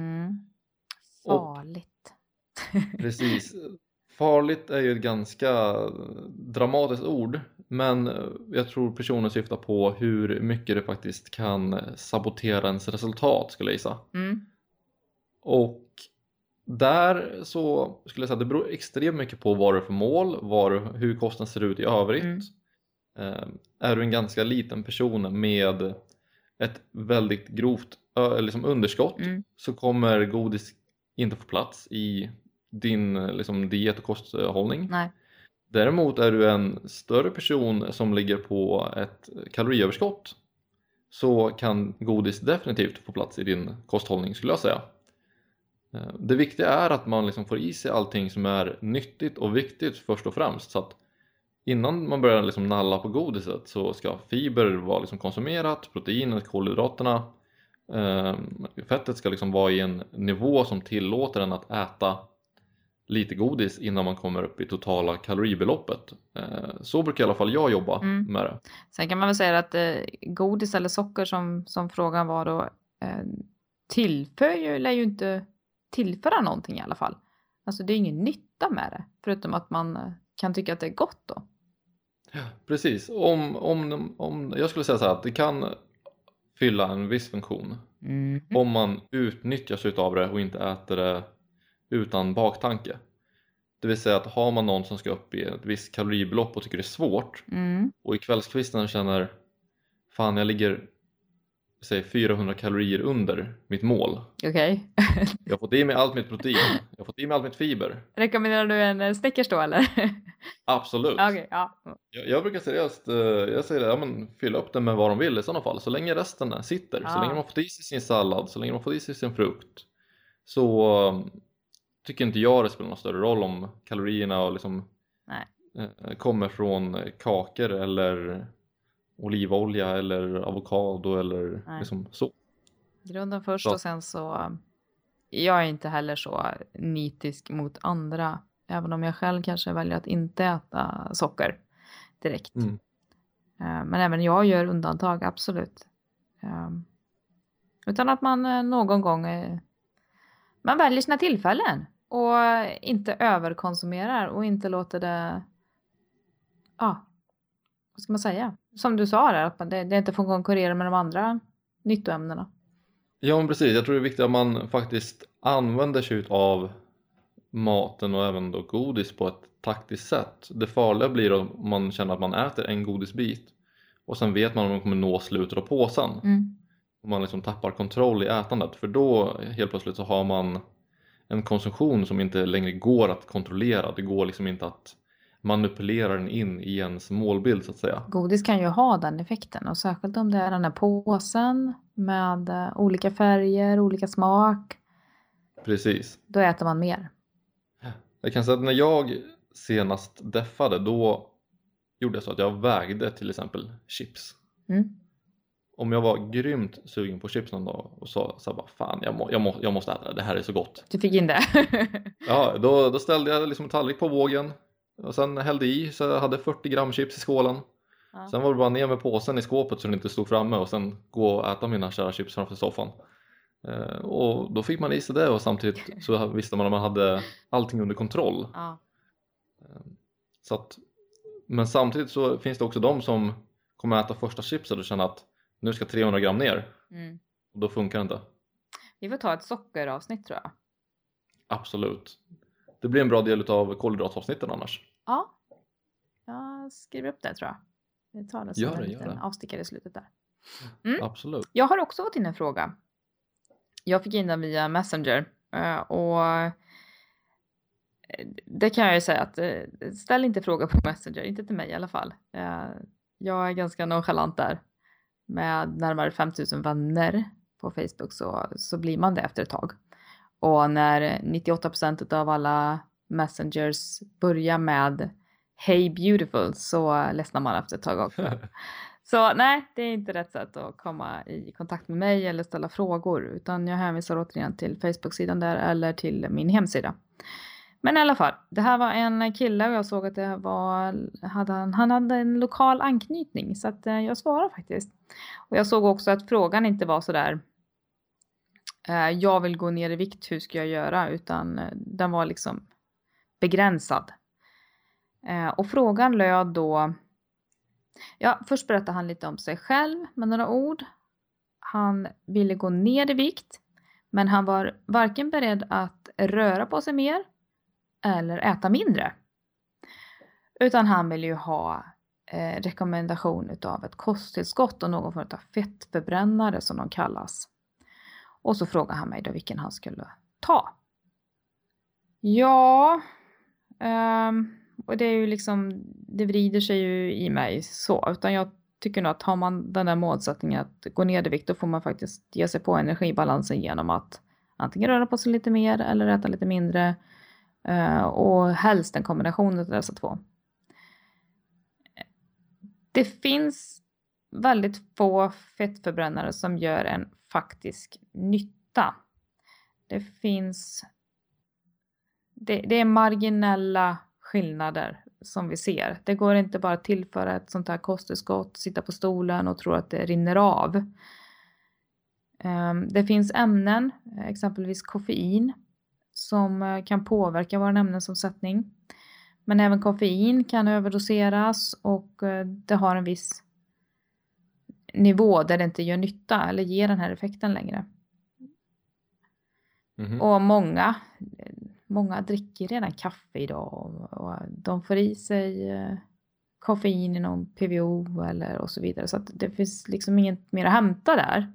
Farligt. Precis. Farligt är ju ett ganska dramatiskt ord, men jag tror personen syftar på hur mycket det faktiskt kan sabotera ens resultat, skulle jag gissa. Och där så skulle jag säga att det beror extremt mycket på vad det är för mål, hur kostnaden ser ut i övrigt. Är du en ganska liten person med ett väldigt grovt liksom underskott, så kommer godis inte få plats i din liksom diet och kosthållning. Nej. Däremot är du en större person som ligger på ett kaloriöverskott, så kan godis definitivt få plats i din kosthållning, skulle jag säga. Det viktiga är att man liksom får i sig allting som är nyttigt och viktigt först och främst. Så att innan man börjar liksom nalla på godiset så ska fiber vara liksom konsumerat, proteinet, kolhydraterna, fettet ska liksom vara i en nivå som tillåter en att äta lite godis innan man kommer upp i totala kaloribeloppet. Så brukar i alla fall jag jobba med det. Sen kan man väl säga att godis eller socker som frågan var då, lär ju inte tillföra någonting i alla fall. Alltså det är ingen nytta med det, förutom att man kan tycka att det är gott då. Ja, precis. Om jag skulle säga så här, att det kan fylla en viss funktion om man utnyttjar sig av det och inte äter det utan baktanke. Det vill säga att har man någon som ska upp i ett visst kaloribelopp och tycker det är svårt, och i kvällskvisten känner fan, jag ligger 400 kalorier under mitt mål. Okej. Jag har fått i mig allt mitt protein, jag har fått i mig allt mitt fiber. Rekommenderar du en Snickers då eller? Absolut. Okay, ja. Jag brukar seriöst, jag säger det, ja, men fylla upp den med vad de vill i sådana fall. Så länge resten sitter, så länge man får i sig sin sallad, så länge man får i sig sin frukt, så tycker inte jag det spelar någon större roll om kalorierna och liksom kommer från kakor eller olivolja eller avokado eller liksom så. Grunden först och sen så, jag är inte heller så nitisk mot andra, även om jag själv kanske väljer att inte äta socker direkt. Men även jag gör undantag, absolut. Utan att man någon gång man väljer sina tillfällen och inte överkonsumerar och inte låter det, vad ska man säga? Som du sa där, att det inte får konkurrera med de andra nyttoämnena. Ja, men precis. Jag tror det är viktigt att man faktiskt använder sig av maten och även då godis på ett taktiskt sätt. Det farliga blir om man känner att man äter en godisbit och sen vet man om man kommer nå slutet av påsen. Och man liksom tappar kontroll i ätandet, för då helt plötsligt så har man en konsumtion som inte längre går att kontrollera. Det går liksom inte att manipulera den in i ens målbild, så att säga. Godis kan ju ha den effekten, och särskilt om det är den här påsen med olika färger, olika smak. Precis. Då äter man mer. Jag kan säga att när jag senast deffade, då gjorde jag så att jag vägde till exempel chips. Om jag var grymt sugen på chips någon dag och så bara, fan, jag måste äta det här är så gott. Du fick in det. Ja, då ställde jag liksom en tallrik på vågen och sen hällde i, så jag hade 40 gram chips i skålen. Sen var det bara ner med påsen i skåpet så den inte stod framme och sen gå och äta mina kära chips framför soffan. Och då fick man i sig det, och samtidigt så visste man att man hade allting under kontroll. Så att, men samtidigt så finns det också de som kommer äta första chipset och känner att nu ska 300 gram ner. Och då funkar det inte. Vi får ta ett sockeravsnitt, tror jag. Absolut. Det blir en bra del av kolhydratavsnitten annars. Ja, jag skriver upp det, tror jag. Vi tar det som en liten avstickare i slutet där. Absolut. Jag har också fått in en fråga. Jag fick in den via Messenger. Och det kan jag ju säga att ställ inte frågor på Messenger. Inte till mig i alla fall. Jag är ganska nonchalant där. Med närmare 5000 vänner på Facebook så blir man det efter ett tag. Och när 98% av alla messengers börjar med Hey beautiful så ledsnar man efter ett tag också. Så nej, det är inte rätt sätt att komma i kontakt med mig eller ställa frågor. Utan jag hänvisar återigen till Facebook-sidan där eller till min hemsida. Men i alla fall, det här var en kille och jag såg att det var, han hade en lokal anknytning. Så att jag svarade faktiskt. Och jag såg också att frågan inte var så där. Jag vill gå ner i vikt, hur ska jag göra? Utan den var liksom begränsad. Och frågan löd då. Ja, först berättade han lite om sig själv med några ord. Han ville gå ner i vikt. Men han var varken beredd att röra på sig mer. Eller äta mindre. Utan han vill ju ha rekommendation utav ett kosttillskott och någon form av fettförbrännare som de kallas. Och så frågar han mig då vilken han skulle ta. Ja, och det är ju liksom, det vrider sig ju i mig så. Utan jag tycker nog att har man den där målsättningen att gå ner i vikt, då får man faktiskt ge sig på energibalansen genom att antingen röra på sig lite mer eller äta lite mindre. Och helst en kombination av dessa två. Det finns väldigt få fettförbrännare som gör en faktisk nytta. Det finns. Det är marginella skillnader som vi ser. Det går inte bara att tillföra ett sånt här kosttillskott, sitta på stolen och tro att det rinner av. Det finns ämnen, exempelvis koffein, som kan påverka vår ämnesomsättning. Men även koffein kan överdoseras och det har en viss nivå där det inte gör nytta eller ger den här effekten längre. Mm-hmm. Och många dricker redan kaffe idag och de får i sig koffein i någon PVO eller och så vidare. Så att det finns liksom inget mer att hämta där.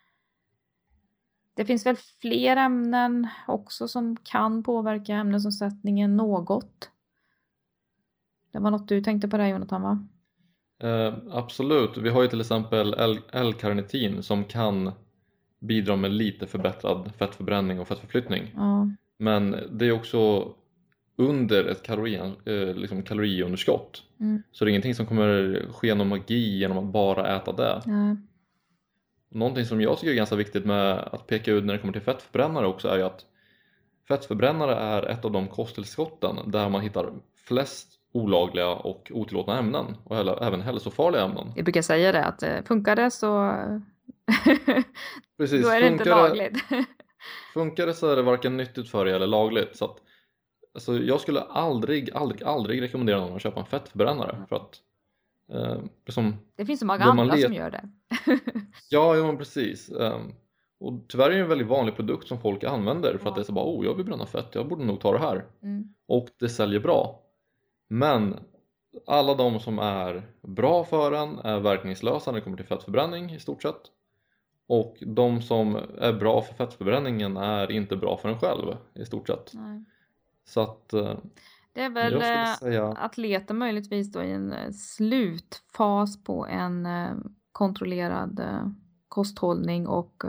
Det finns väl fler ämnen också som kan påverka ämnesomsättningen något. Det var något du tänkte på där, Jonathan, va? Absolut. Vi har ju till exempel L-karnitin som kan bidra med lite förbättrad fettförbränning och fettförflyttning. Ja. Men det är också under ett kaloriunderskott. Så det är ingenting som kommer ske någon magi genom att bara äta det. Ja. Någonting som jag tycker är ganska viktigt med att peka ut när det kommer till fettförbrännare också är ju att fettförbrännare är ett av de kosttillskotten där man hittar flest olagliga och otillåtna ämnen och även hälsofarliga ämnen. Jag brukar säga det att funkar det så precis, då är det inte lagligt. Funkar det så är det varken nyttigt för dig eller lagligt. Så att, alltså, jag skulle aldrig rekommendera någon att köpa en fettförbrännare för att det finns så många andra som gör det. Ja, precis. Och tyvärr är det en väldigt vanlig produkt som folk använder för att det är så bara, jag vill bränna fett, jag borde nog ta det här. Och det säljer bra. Men alla de som är bra för en är verkningslösa när det kommer till fettförbränning i stort sett. Och de som är bra för fettförbränningen är inte bra för en själv i stort sett. Nej. Så att det är väl att leta möjligtvis då i en slutfas på en kontrollerad kosthållning och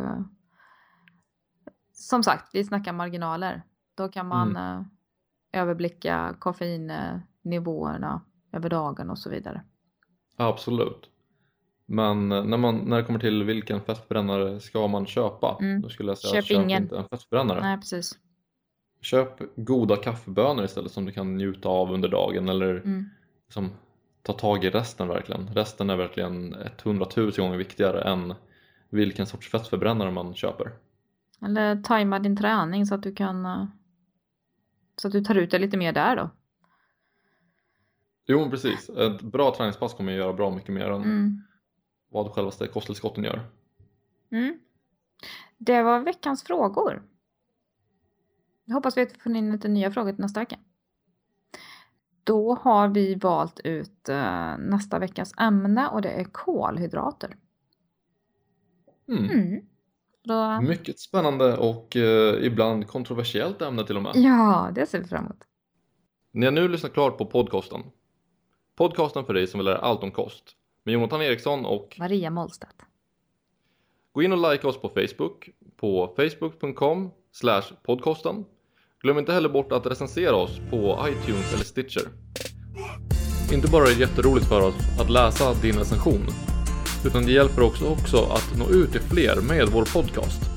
som sagt, vi snackar marginaler. Då kan man överblicka koffeinnivåerna över dagen och så vidare. Absolut. Men när det kommer till vilken fettbrännare ska man köpa, då skulle jag säga köp inte en fettbrännare. Nej, precis. Köp goda kaffebönor istället som du kan njuta av under dagen eller liksom, ta tag i resten verkligen. Resten är verkligen 100 000 gånger viktigare än vilken sorts fettförbrännare man köper. Eller tajma din träning så att du kan så att du tar ut det lite mer där då. Jo, precis. Ett bra träningspass kommer att göra bra mycket mer än vad självaste kosttillskotten gör. Det var veckans frågor. Jag hoppas vi får in lite nya frågor till nästa vecka. Då har vi valt ut nästa veckas ämne och det är kolhydrater. Då... Mycket spännande och ibland kontroversiellt ämne till och med. Ja, det ser vi fram emot. Ni har nu lyssnat klart på podcasten. Podcasten för dig som vill lära allt om kost. Med Jonathan Eriksson och Maria Mollstedt. Gå in och like oss på Facebook. På facebook.com/podcasten. Glöm inte heller bort att recensera oss på iTunes eller Stitcher. Inte bara är det jätteroligt för oss att läsa din recension, utan det hjälper också att nå ut till fler med vår podcast.